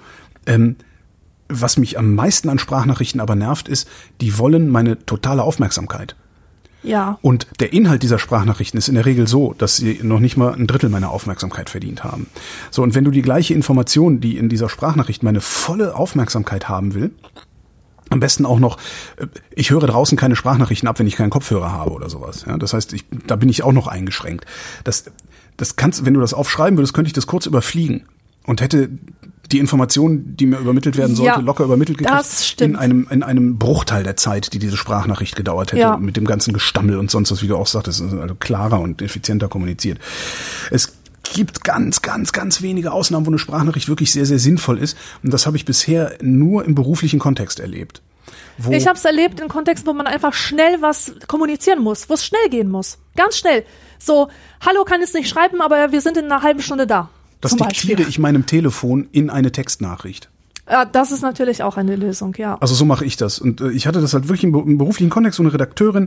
was mich am meisten an Sprachnachrichten aber nervt, ist, die wollen meine totale Aufmerksamkeit. Ja. Und der Inhalt dieser Sprachnachrichten ist in der Regel so, dass sie noch nicht mal ein Drittel meiner Aufmerksamkeit verdient haben. So, und wenn du die gleiche Information, die in dieser Sprachnachricht meine volle Aufmerksamkeit haben will, am besten auch noch, ich höre draußen keine Sprachnachrichten ab, wenn ich keinen Kopfhörer habe oder sowas. Ja, das heißt, da bin ich auch noch eingeschränkt. Das kannst, wenn du das aufschreiben würdest, könnte ich das kurz überfliegen und hätte die Information, die mir übermittelt werden sollte, locker übermittelt gekriegt, in einem Bruchteil der Zeit, die diese Sprachnachricht gedauert hätte, mit dem ganzen Gestammel und sonst was, wie du auch sagtest, also klarer und effizienter kommuniziert. Es gibt ganz, ganz, ganz wenige Ausnahmen, wo eine Sprachnachricht wirklich sehr, sehr sinnvoll ist. Und das habe ich bisher nur im beruflichen Kontext erlebt. Ich habe es erlebt in Kontexten, wo man einfach schnell was kommunizieren muss, wo es schnell gehen muss. Ganz schnell. So, hallo, kann jetzt nicht schreiben, aber wir sind in einer halben Stunde da. Das diktiere ich meinem Telefon in eine Textnachricht. Ja, das ist natürlich auch eine Lösung, ja. Also so mache ich das. Und ich hatte das halt wirklich im beruflichen Kontext, so eine Redakteurin,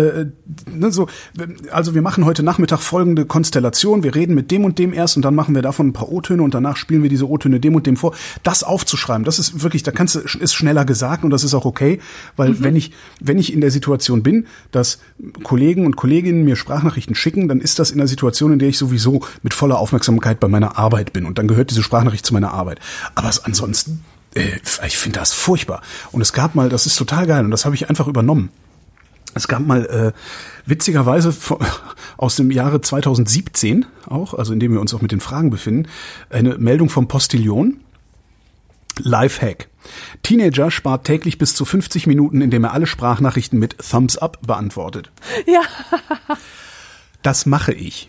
also wir machen heute Nachmittag folgende Konstellation, wir reden mit dem und dem erst und dann machen wir davon ein paar O-Töne und danach spielen wir diese O-Töne dem und dem vor. Das aufzuschreiben, das ist wirklich, ist schneller gesagt und das ist auch okay, weil wenn ich in der Situation bin, dass Kollegen und Kolleginnen mir Sprachnachrichten schicken, dann ist das in der Situation, in der ich sowieso mit voller Aufmerksamkeit bei meiner Arbeit bin und dann gehört diese Sprachnachricht zu meiner Arbeit. Aber ansonsten, ich finde das furchtbar. Und es gab mal, das ist total geil und das habe ich einfach übernommen. Es gab mal witzigerweise aus dem Jahre 2017 auch, also in dem wir uns auch mit den Fragen befinden, eine Meldung vom Postillon. Lifehack. Teenager spart täglich bis zu 50 Minuten, indem er alle Sprachnachrichten mit Thumbs Up beantwortet. Ja. Das mache ich.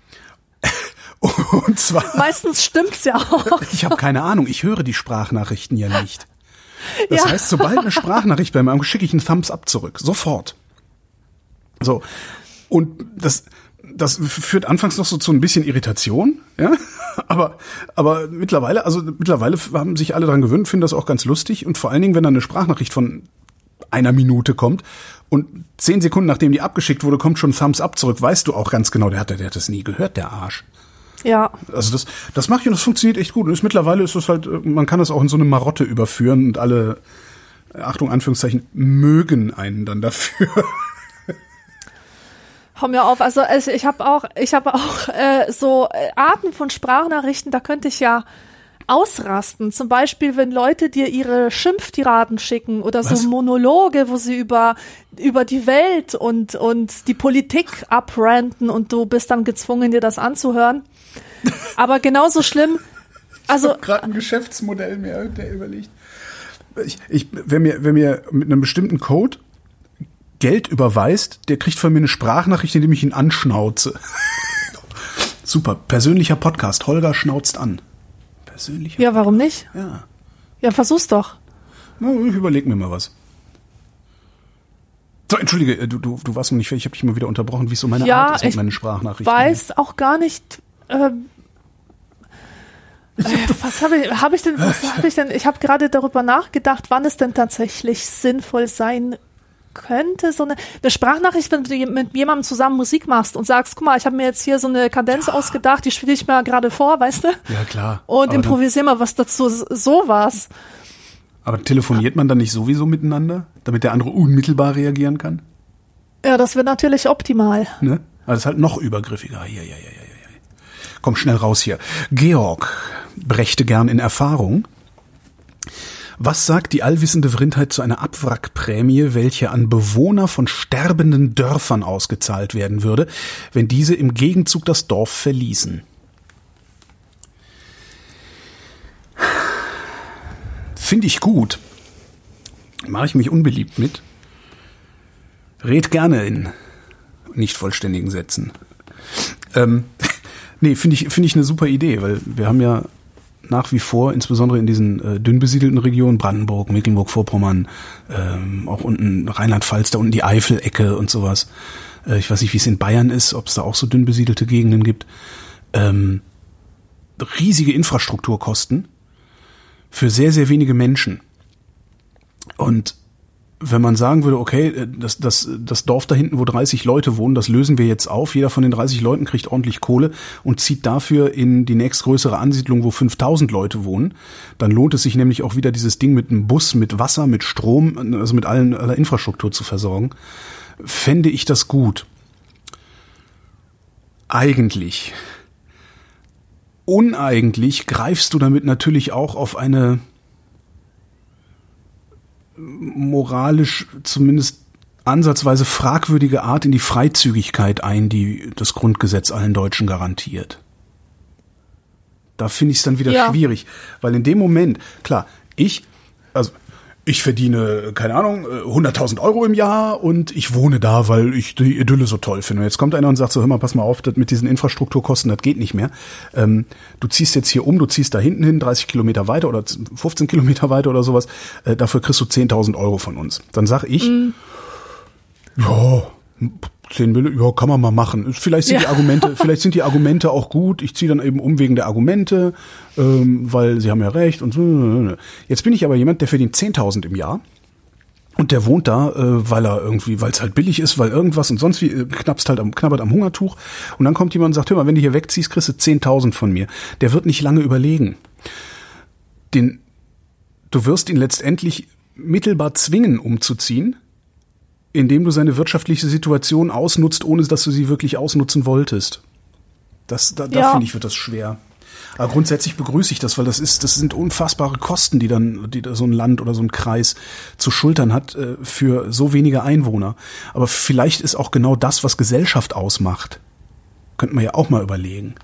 Und zwar, meistens stimmt's ja auch. Ich habe keine Ahnung, ich höre die Sprachnachrichten ja nicht. Das heißt, sobald eine Sprachnachricht bei mir ankommt, schicke ich einen Thumbs Up zurück. Sofort. So. Und das führt anfangs noch so zu ein bisschen Irritation, ja. Aber mittlerweile haben sich alle dran gewöhnt, finden das auch ganz lustig. Und vor allen Dingen, wenn dann eine Sprachnachricht von einer Minute kommt und 10 Sekunden nachdem die abgeschickt wurde, kommt schon ein Thumbs Up zurück, weißt du auch ganz genau, der hat das nie gehört, der Arsch. Ja. Also das mache ich und das funktioniert echt gut. Und mittlerweile ist das halt, man kann das auch in so eine Marotte überführen und alle, Achtung, Anführungszeichen, mögen einen dann dafür. Hör mir auf, also ich habe auch so Arten von Sprachnachrichten, da könnte ich ja ausrasten. Zum Beispiel, wenn Leute dir ihre Schimpftiraden schicken oder so Monologe, wo sie über die Welt und die Politik abranten und du bist dann gezwungen, dir das anzuhören. Aber genauso schlimm. Also ich habe gerade ein Geschäftsmodell mir überlegt. Wer mir mit einem bestimmten Code Geld überweist, der kriegt von mir eine Sprachnachricht, indem ich ihn anschnauze. Super, persönlicher Podcast. Holger schnauzt an. Persönlicher. Ja, warum nicht? Ja. Ja, versuch's doch. Na, ich überleg mir mal was. So, entschuldige, du warst noch nicht fertig, ich habe dich mal wieder unterbrochen, wie so meine Art ist mit meinen Sprachnachrichten. Ich weiß auch gar nicht, was habe ich denn? Ich habe gerade darüber nachgedacht, wann es denn tatsächlich sinnvoll sein könnte. So eine Sprachnachricht, wenn du mit jemandem zusammen Musik machst und sagst, guck mal, ich habe mir jetzt hier so eine Kadenz ausgedacht, die spiele ich mir gerade vor, weißt du? Ja, klar. Und improvisier mal was dazu, sowas. Aber telefoniert man dann nicht sowieso miteinander, damit der andere unmittelbar reagieren kann? Ja, das wäre natürlich optimal. Ne? Also das ist halt noch übergriffiger. Ja. Komm schnell raus hier. Georg brächte gern in Erfahrung. Was sagt die allwissende Vrindheit zu einer Abwrackprämie, welche an Bewohner von sterbenden Dörfern ausgezahlt werden würde, wenn diese im Gegenzug das Dorf verließen? Finde ich gut. Mache ich mich unbeliebt mit. Red gerne in nicht vollständigen Sätzen. Nee, finde ich eine super Idee, weil wir haben ja nach wie vor, insbesondere in diesen dünn besiedelten Regionen, Brandenburg, Mecklenburg-Vorpommern, auch unten Rheinland-Pfalz, da unten die Eifel-Ecke und sowas. Ich weiß nicht, wie es in Bayern ist, ob es da auch so dünn besiedelte Gegenden gibt. Riesige Infrastrukturkosten für sehr, sehr wenige Menschen. Und wenn man sagen würde, okay, das Dorf da hinten, wo 30 Leute wohnen, das lösen wir jetzt auf. Jeder von den 30 Leuten kriegt ordentlich Kohle und zieht dafür in die nächstgrößere Ansiedlung, wo 5000 Leute wohnen. Dann lohnt es sich nämlich auch wieder, dieses Ding mit einem Bus, mit Wasser, mit Strom, also mit aller Infrastruktur zu versorgen. fände ich das gut. Eigentlich. Uneigentlich greifst du damit natürlich auch auf eine moralisch zumindest ansatzweise fragwürdige Art in die Freizügigkeit ein, die das Grundgesetz allen Deutschen garantiert. Da finde ich es dann wieder schwierig, weil in dem Moment, klar, ich verdiene, keine Ahnung, 100.000 Euro im Jahr und ich wohne da, weil ich die Idylle so toll finde. Und jetzt kommt einer und sagt so, hör mal, pass mal auf, das mit diesen Infrastrukturkosten, das geht nicht mehr. Du ziehst jetzt hier du ziehst da hinten hin, 30 Kilometer weiter oder 15 Kilometer weiter oder sowas, dafür kriegst du 10.000 Euro von uns. Dann sag ich, ja, 10 Millionen, ja, kann man mal machen. Vielleicht sind die Argumente auch gut. Ich ziehe dann eben um wegen der Argumente, weil sie haben ja recht und so. Jetzt bin ich aber jemand, der verdient 10.000 im Jahr und der wohnt da, weil es halt billig ist, weil irgendwas und sonst wie knabbert am Hungertuch. Und dann kommt jemand und sagt, hör mal, wenn du hier wegziehst, kriegst du 10.000 von mir. Der wird nicht lange überlegen. Du wirst ihn letztendlich mittelbar zwingen, umzuziehen, indem du seine wirtschaftliche Situation ausnutzt, ohne dass du sie wirklich ausnutzen wolltest. Da finde ich, wird das schwer. Aber grundsätzlich begrüße ich das, weil das sind unfassbare Kosten, die da so ein Land oder so ein Kreis zu schultern hat für so wenige Einwohner. Aber vielleicht ist auch genau das, was Gesellschaft ausmacht. Könnte man ja auch mal überlegen.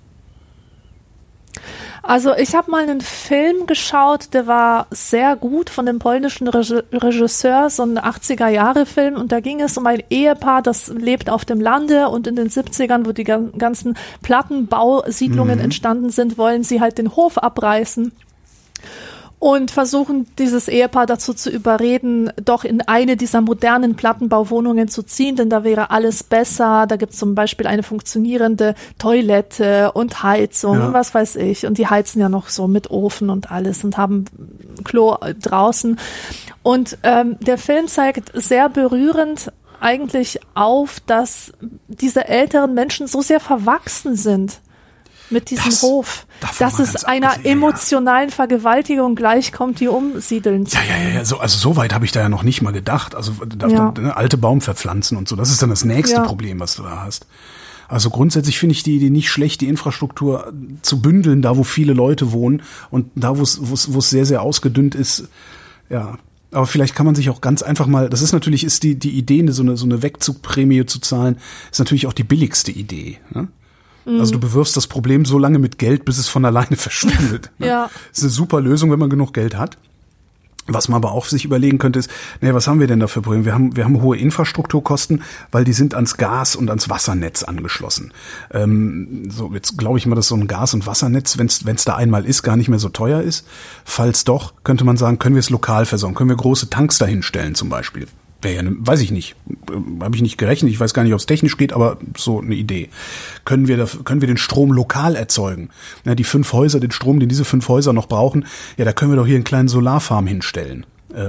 Also ich habe mal einen Film geschaut, der war sehr gut von dem polnischen Regisseur, so ein 80er-Jahre-Film, und da ging es um ein Ehepaar, das lebt auf dem Lande, und in den 70ern, wo die ganzen Plattenbausiedlungen entstanden sind, wollen sie halt den Hof abreißen und versuchen, dieses Ehepaar dazu zu überreden, doch in eine dieser modernen Plattenbauwohnungen zu ziehen, denn da wäre alles besser. Da gibt es zum Beispiel eine funktionierende Toilette und Heizung und was weiß ich. Und die heizen ja noch so mit Ofen und alles und haben Klo draußen. Und der Film zeigt sehr berührend eigentlich auf, dass diese älteren Menschen so sehr verwachsen sind mit diesem Hof, dass es einer emotionalen Vergewaltigung gleichkommt, die umsiedeln zu können. Ja. So weit habe ich da ja noch nicht mal gedacht. Also alte Baum verpflanzen und so. Das ist dann das nächste Problem, was du da hast. Also grundsätzlich finde ich die Idee nicht schlecht, die Infrastruktur zu bündeln, da wo viele Leute wohnen und da wo es sehr, sehr ausgedünnt ist. Ja. Aber vielleicht kann man sich auch ganz einfach mal, das ist natürlich, die Idee, so eine Wegzugprämie zu zahlen, ist natürlich auch die billigste Idee, ne? Also du bewirfst das Problem so lange mit Geld, bis es von alleine verschwindet. Ja. Das ist eine super Lösung, wenn man genug Geld hat. Was man aber auch sich überlegen könnte, ist, was haben wir denn da für Probleme? Wir haben hohe Infrastrukturkosten, weil die sind ans Gas- und ans Wassernetz angeschlossen. Jetzt glaube ich mal, dass so ein Gas- und Wassernetz, wenn es da einmal ist, gar nicht mehr so teuer ist. Falls doch, könnte man sagen, können wir es lokal versorgen? Können wir große Tanks dahinstellen zum Beispiel? Weiß ich nicht. Habe ich nicht gerechnet. Ich weiß gar nicht, ob es technisch geht, aber so eine Idee. Können wir den Strom lokal erzeugen? Die 5 Häuser, den Strom, den diese 5 Häuser noch brauchen, da können wir doch hier einen kleinen Solarfarm hinstellen.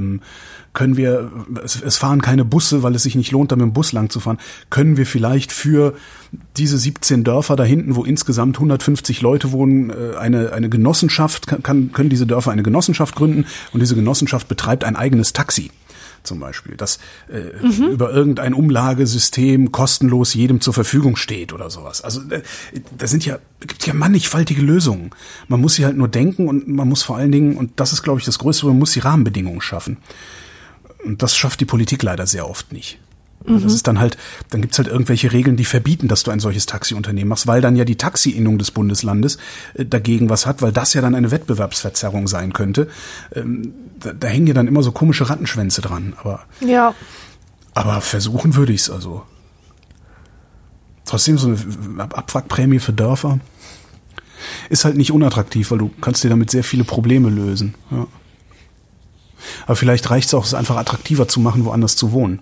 Es fahren keine Busse, weil es sich nicht lohnt, da mit dem Bus lang zu fahren. Können wir vielleicht für diese 17 Dörfer da hinten, wo insgesamt 150 Leute wohnen, eine Genossenschaft, können diese Dörfer eine Genossenschaft gründen, und diese Genossenschaft betreibt ein eigenes Taxi. Zum Beispiel, das über irgendein Umlagesystem kostenlos jedem zur Verfügung steht oder sowas. Also gibt ja mannigfaltige Lösungen. Man muss sie halt nur denken, und man muss vor allen Dingen, und das ist, glaube ich, das Größte, man muss die Rahmenbedingungen schaffen. Und das schafft die Politik leider sehr oft nicht. Das ist dann gibt's halt irgendwelche Regeln, die verbieten, dass du ein solches Taxiunternehmen machst, weil dann ja die Taxi-Innung des Bundeslandes dagegen was hat, weil das ja dann eine Wettbewerbsverzerrung sein könnte. Da hängen ja dann immer so komische Rattenschwänze dran. Aber versuchen würde ich es also. Trotzdem so eine Abwrackprämie für Dörfer ist halt nicht unattraktiv, weil du kannst dir damit sehr viele Probleme lösen. Ja. Aber vielleicht reicht es auch, es einfach attraktiver zu machen, woanders zu wohnen.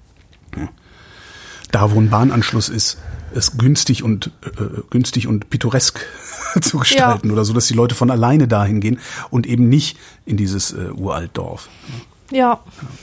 Da, wo ein Bahnanschluss ist, es günstig und pittoresk zu gestalten oder so, dass die Leute von alleine dahin gehen und eben nicht in dieses Uraltdorf. Ja.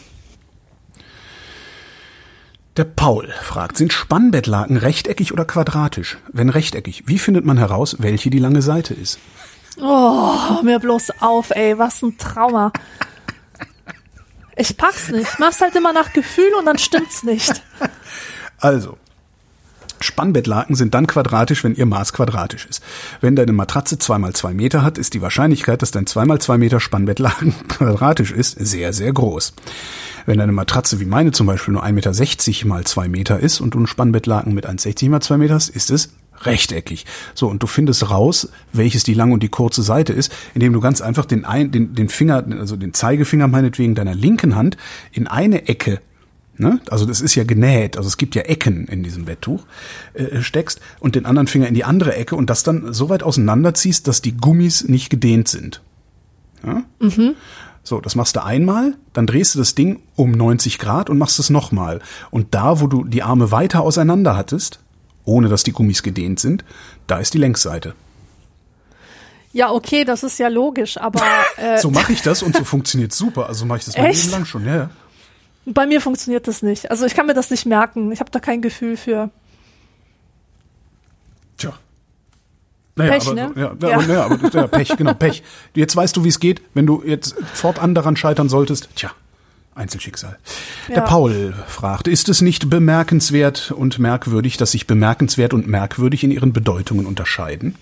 Der Paul fragt, sind Spannbettlaken rechteckig oder quadratisch? Wenn rechteckig, wie findet man heraus, welche die lange Seite ist? Oh, mir bloß auf, ey, was ein Trauma. Ich pack's nicht. Ich mach's halt immer nach Gefühl und dann stimmt's nicht. Also, Spannbettlaken sind dann quadratisch, wenn ihr Maß quadratisch ist. Wenn deine Matratze 2x2 Meter hat, ist die Wahrscheinlichkeit, dass dein 2x2 Meter Spannbettlaken quadratisch ist, sehr, sehr groß. Wenn deine Matratze wie meine zum Beispiel nur 1,60 Meter mal 2 Meter ist und du ein Spannbettlaken mit 1,60 mal 2 Meter hast, ist es rechteckig. So, und du findest raus, welches die lange und die kurze Seite ist, indem du ganz einfach den Finger, also den Zeigefinger meinetwegen deiner linken Hand in eine Ecke, ne? Also das ist ja genäht, also es gibt ja Ecken in diesem Betttuch, steckst und den anderen Finger in die andere Ecke und das dann so weit auseinanderziehst, dass die Gummis nicht gedehnt sind. Ja? Mhm. So, das machst du einmal, dann drehst du das Ding um 90 Grad und machst es nochmal. Und da, wo du die Arme weiter auseinander hattest, ohne dass die Gummis gedehnt sind, da ist die Längsseite. Ja, okay, das ist ja logisch, aber... so mache ich das und so funktioniert super. Also mache ich das mein Leben lang schon, ja. Bei mir funktioniert das nicht. Also ich kann mir das nicht merken. Ich habe da kein Gefühl für. Tja. Naja, Pech, aber, ne? Ja, Pech, genau, Pech. Jetzt weißt du, wie es geht, wenn du jetzt fortan daran scheitern solltest. Tja, Einzelschicksal. Ja. Der Paul fragt, ist es nicht bemerkenswert und merkwürdig, dass sich bemerkenswert und merkwürdig in ihren Bedeutungen unterscheiden?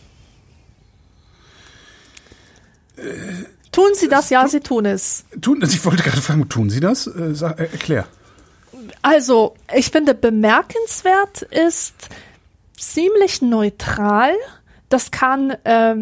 Tun Sie das? Ja, Sie tun es. Ich wollte gerade fragen, tun Sie das? Erklär. Also, ich finde, bemerkenswert ist ziemlich neutral. Das kann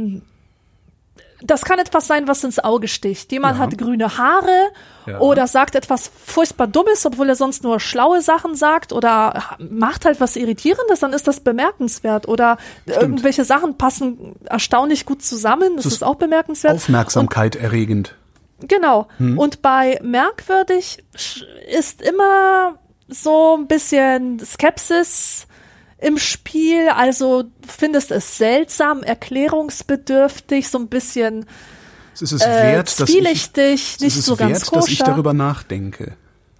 etwas sein, was ins Auge sticht. Jemand hat grüne Haare oder sagt etwas furchtbar Dummes, obwohl er sonst nur schlaue Sachen sagt oder macht halt was Irritierendes, dann ist das bemerkenswert. Oder irgendwelche Sachen passen erstaunlich gut zusammen, das ist auch bemerkenswert. Aufmerksamkeit erregend. Genau. Und bei merkwürdig ist immer so ein bisschen Skepsis im Spiel, also findest es seltsam, erklärungsbedürftig, so ein bisschen zwielichtig, nicht so ganz koscher. Dass ich darüber nachdenke.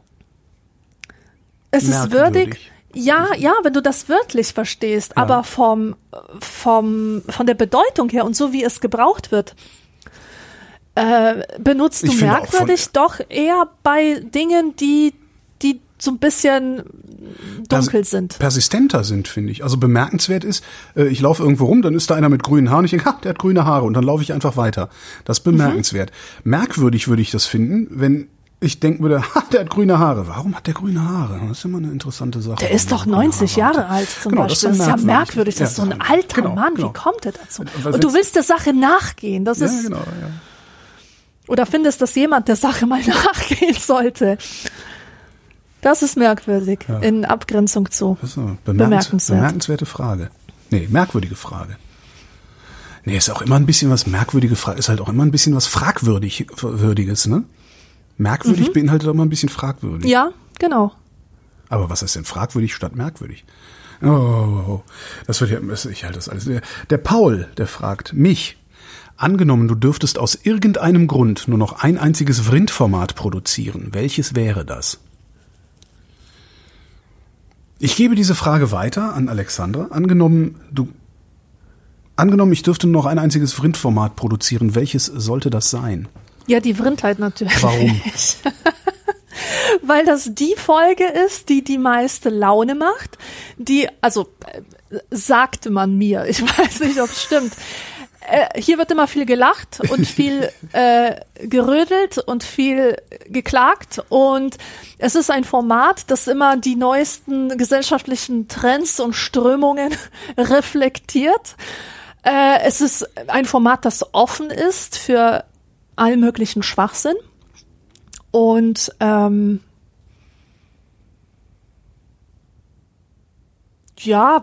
Es ist würdig, ja, wenn du das wörtlich verstehst, aber von der Bedeutung her und so wie es gebraucht wird, benutzt du merkwürdig doch eher bei Dingen, die so ein bisschen dunkel sind. Persistenter sind, finde ich. Also bemerkenswert ist, ich laufe irgendwo rum, dann ist da einer mit grünen Haaren, ich denke, der hat grüne Haare und dann laufe ich einfach weiter. Das ist bemerkenswert. Merkwürdig würde ich das finden, wenn ich denken würde, der hat grüne Haare. Warum hat der grüne Haare? Das ist immer eine interessante Sache. Der ist doch 90 Jahre alt zum Beispiel. Das ist ja merkwürdig. Das ist so ein alter Mann. Wie kommt er dazu? Und du willst der Sache nachgehen. Das ist. Genau, ja. Oder findest, dass jemand der Sache mal nachgehen sollte. Das ist merkwürdig, in Abgrenzung zu bemerkenswerte Frage. Nee, merkwürdige Frage. Nee, ist auch immer ein bisschen was merkwürdige Frage, ist halt auch immer ein bisschen was Fragwürdiges, ne? Merkwürdig beinhaltet auch immer ein bisschen fragwürdig. Ja, genau. Aber was ist denn fragwürdig statt merkwürdig? Oh, das wird ja, ich halte das alles. Der Paul, der fragt mich, angenommen, du dürftest aus irgendeinem Grund nur noch ein einziges Vrindformat produzieren, welches wäre das? Ich gebe diese Frage weiter an Alexandra. Angenommen, ich dürfte nur noch ein einziges Vrindformat produzieren. Welches sollte das sein? Ja, die Vrindheit natürlich. Warum? Weil das die Folge ist, die die meiste Laune macht. Sagte man mir. Ich weiß nicht, ob es stimmt. Hier wird immer viel gelacht und viel gerödelt und viel geklagt und es ist ein Format, das immer die neuesten gesellschaftlichen Trends und Strömungen reflektiert. Es ist ein Format, das offen ist für allen möglichen Schwachsinn und Ja.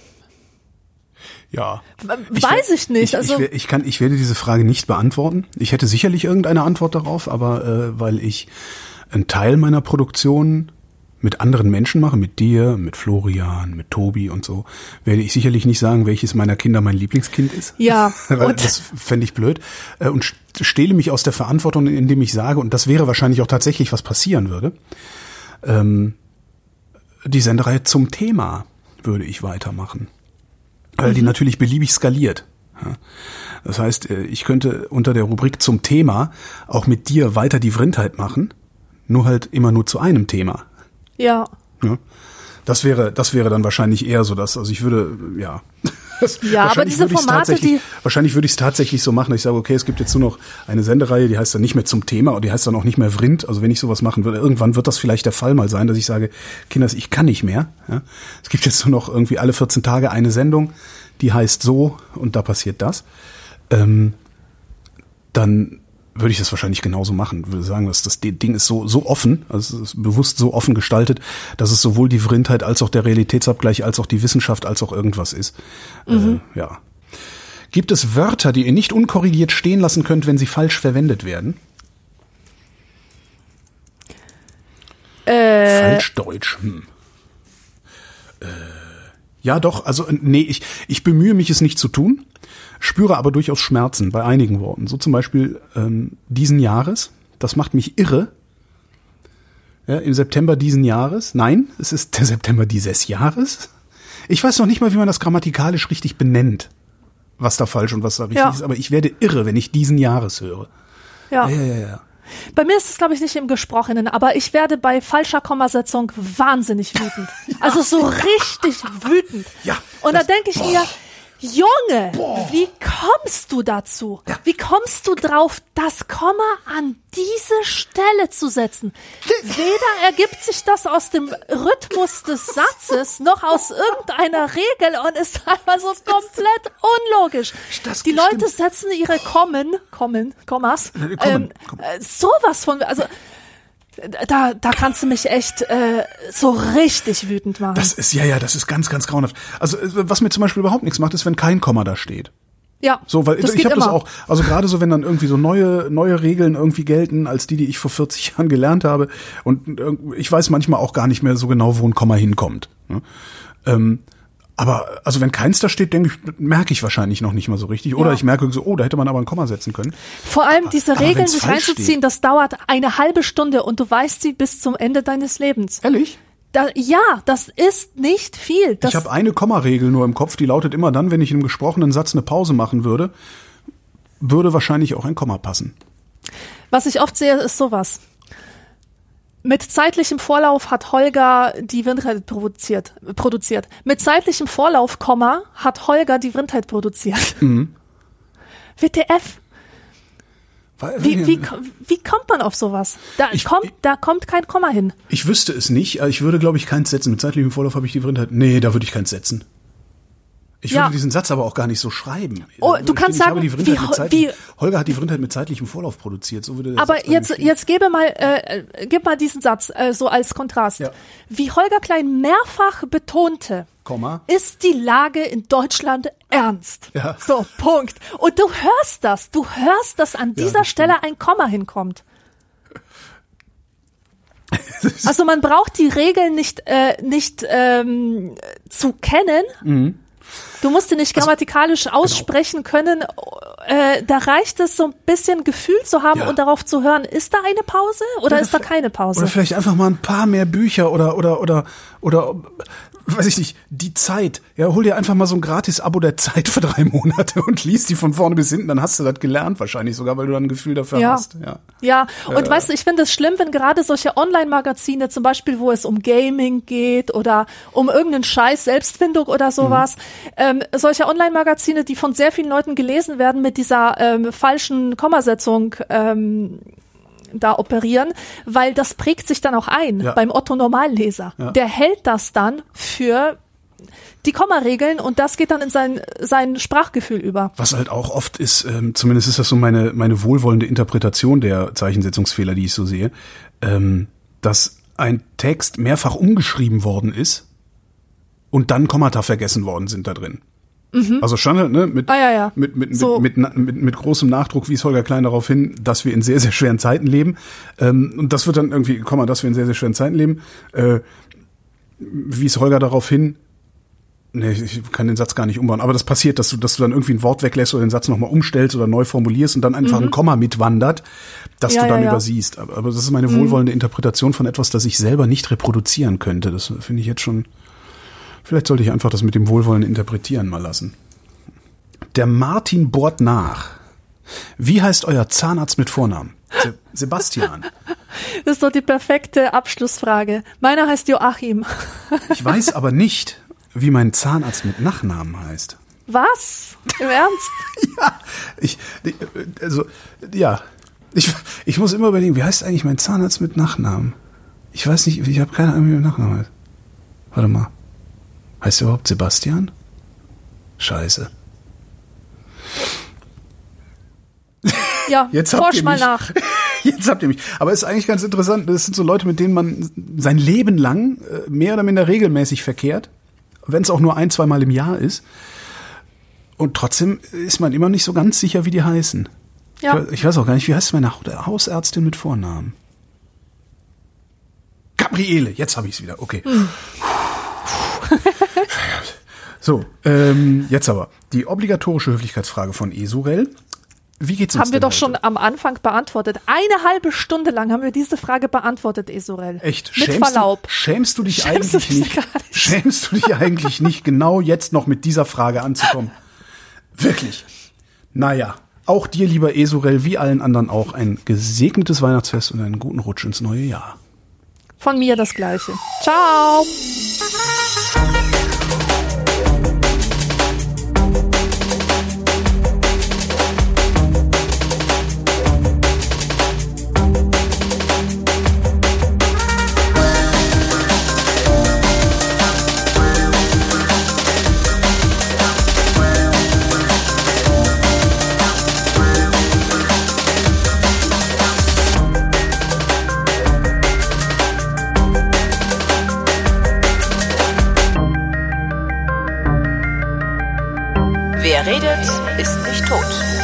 Weiß ich nicht. Ich werde diese Frage nicht beantworten. Ich hätte sicherlich irgendeine Antwort darauf, aber weil ich einen Teil meiner Produktion mit anderen Menschen mache, mit dir, mit Florian, mit Tobi und so, werde ich sicherlich nicht sagen, welches meiner Kinder mein Lieblingskind ist. Ja. Weil das fände ich blöd. Und stehle mich aus der Verantwortung, indem ich sage, und das wäre wahrscheinlich auch tatsächlich, was passieren würde, die Sendereihe zum Thema würde ich weitermachen. Weil die natürlich beliebig skaliert. Das heißt, ich könnte unter der Rubrik zum Thema auch mit dir weiter die Vrindheit machen, nur halt immer nur zu einem Thema. Ja. Das wäre dann wahrscheinlich eher so das, also ich würde, ja. Aber diese Formate, wahrscheinlich würde ich es tatsächlich so machen, dass ich sage, okay, es gibt jetzt nur noch eine Sendereihe, die heißt dann nicht mehr zum Thema und die heißt dann auch nicht mehr Vrind. Also wenn ich sowas machen würde, irgendwann wird das vielleicht der Fall mal sein, dass ich sage, Kinders, ich kann nicht mehr. Ja? Es gibt jetzt nur noch irgendwie alle 14 Tage eine Sendung, die heißt so und da passiert das. Dann würde ich das wahrscheinlich genauso machen. Ich würde sagen, dass das Ding ist so offen, also es ist bewusst so offen gestaltet, dass es sowohl die Vrindheit als auch der Realitätsabgleich, als auch die Wissenschaft, als auch irgendwas ist. Ja. Gibt es Wörter, die ihr nicht unkorrigiert stehen lassen könnt, wenn sie falsch verwendet werden? Falschdeutsch. Ja, doch, also nee, ich bemühe mich, es nicht zu tun. Spüre aber durchaus Schmerzen bei einigen Worten. So zum Beispiel diesen Jahres. Das macht mich irre. Ja, im September diesen Jahres. Nein, es ist der September dieses Jahres. Ich weiß noch nicht mal, wie man das grammatikalisch richtig benennt. Was da falsch und was da richtig ist. Aber ich werde irre, wenn ich diesen Jahres höre. Ja. Bei mir ist es, glaube ich, nicht im Gesprochenen, aber ich werde bei falscher Kommasetzung wahnsinnig wütend. Also so richtig wütend. Ja. Und da denke ich mir, Junge, wie kommst du dazu? Ja. Wie kommst du drauf, das Komma an diese Stelle zu setzen? Weder ergibt sich das aus dem Rhythmus des Satzes, noch aus irgendeiner Regel und ist einfach so komplett unlogisch. Die Leute setzen ihre Kommas, sowas von, also da kannst du mich echt so richtig wütend machen. Das ist ganz, ganz grauenhaft. Also was mir zum Beispiel überhaupt nichts macht, ist, wenn kein Komma da steht. Ja, so, weil das ich habe das immer. auch, also gerade so, wenn dann irgendwie so neue Regeln irgendwie gelten, als die ich vor 40 Jahren gelernt habe und ich weiß manchmal auch gar nicht mehr so genau, wo ein Komma hinkommt. Ne? Aber also wenn keins da steht, denke ich, merke ich wahrscheinlich noch nicht mal so richtig. Oder ich merke so, da hätte man aber ein Komma setzen können. Vor allem diese Regeln sich reinzuziehen, das dauert eine halbe Stunde und du weißt sie bis zum Ende deines Lebens. Ehrlich? Das ist nicht viel. Ich habe eine Kommaregel nur im Kopf, die lautet immer dann, wenn ich in einem gesprochenen Satz eine Pause machen würde wahrscheinlich auch ein Komma passen. Was ich oft sehe, ist sowas. Mit zeitlichem Vorlauf hat Holger die Vrindheit produziert. Mit zeitlichem Vorlauf, Komma, hat Holger die Vrindheit produziert. WTF? Wie kommt man auf sowas? Da kommt kein Komma hin. Ich wüsste es nicht. Ich würde, glaube ich, keins setzen. Mit zeitlichem Vorlauf habe ich die Vrindheit. Nee, da würde ich keins setzen. Ich würde diesen Satz aber auch gar nicht so schreiben. Oh, du kannst sagen, Holger hat die Vrindheit mit zeitlichem Vorlauf produziert. So würde der aber Satz jetzt gib mal diesen Satz so als Kontrast. Ja. Wie Holger Klein mehrfach betonte, ist die Lage in Deutschland ernst. Ja. So, Punkt. Und du hörst, dass an dieser Stelle ein Komma hinkommt. Also man braucht die Regeln nicht zu kennen. Mhm. Du musst die nicht grammatikalisch aussprechen können. Da reicht es, so ein bisschen Gefühl zu haben und darauf zu hören, ist da eine Pause oder ist da keine Pause? Oder vielleicht einfach mal ein paar mehr Bücher oder weiß ich nicht, die Zeit. Ja, hol dir einfach mal so ein Gratis-Abo der Zeit für 3 Monate und lies die von vorne bis hinten. Dann hast du das gelernt wahrscheinlich sogar, weil du dann ein Gefühl dafür hast. Ja. Und weißt du, ich finde es schlimm, wenn gerade solche Online-Magazine, zum Beispiel, wo es um Gaming geht oder um irgendeinen Scheiß, Selbstfindung oder sowas, solche Online-Magazine, die von sehr vielen Leuten gelesen werden, mit dieser falschen Kommasetzung da operieren, weil das prägt sich dann auch ein beim Otto-Normalleser. Ja. Der hält das dann für die Kommaregeln und das geht dann in sein Sprachgefühl über. Was halt auch oft ist, zumindest ist das so meine wohlwollende Interpretation der Zeichensetzungsfehler, die ich so sehe, dass ein Text mehrfach umgeschrieben worden ist und dann Kommata vergessen worden sind da drin. Mhm. Also Standard, ne, mit großem Nachdruck wies Holger Klein darauf hin, dass wir in sehr, sehr schweren Zeiten leben. Und das wird dann irgendwie, dass wir in sehr, sehr schweren Zeiten leben, wies Holger darauf hin, nee, ich kann den Satz gar nicht umbauen, aber das passiert, dass du dann irgendwie ein Wort weglässt oder den Satz nochmal umstellst oder neu formulierst und dann einfach ein Komma mitwandert, das du dann übersiehst. Aber das ist meine wohlwollende Interpretation von etwas, das ich selber nicht reproduzieren könnte. Das finde ich jetzt schon. Vielleicht sollte ich einfach das mit dem Wohlwollen interpretieren mal lassen. Der Martin bohrt nach. Wie heißt euer Zahnarzt mit Vornamen? Sebastian. Das ist doch die perfekte Abschlussfrage. Meiner heißt Joachim. Ich weiß aber nicht, wie mein Zahnarzt mit Nachnamen heißt. Was? Im Ernst? Ich muss immer überlegen, wie heißt eigentlich mein Zahnarzt mit Nachnamen? Ich weiß nicht, ich habe keine Ahnung, wie mein Nachname heißt. Warte mal. Heißt er überhaupt Sebastian? Scheiße. Ja, forsch mal nach. Jetzt habt ihr mich. Aber es ist eigentlich ganz interessant. Das sind so Leute, mit denen man sein Leben lang mehr oder minder regelmäßig verkehrt. Wenn es auch nur 1-2 Mal im Jahr ist. Und trotzdem ist man immer nicht so ganz sicher, wie die heißen. Ja. Ich weiß auch gar nicht, wie heißt meine Hausärztin mit Vornamen? Gabriele, jetzt habe ich es wieder. Okay. So, jetzt aber. Die obligatorische Höflichkeitsfrage von Esurel. Wie geht's uns Haben wir doch heute? Schon am Anfang beantwortet. 1,5 Stunde lang haben wir diese Frage beantwortet, Esurel. Echt? Mit Verlaub. Schämst du dich eigentlich nicht, genau jetzt noch mit dieser Frage anzukommen? Wirklich. Naja, auch dir, lieber Esurel, wie allen anderen auch, ein gesegnetes Weihnachtsfest und einen guten Rutsch ins neue Jahr. Von mir das Gleiche. Ciao. Wer redet, ist nicht tot.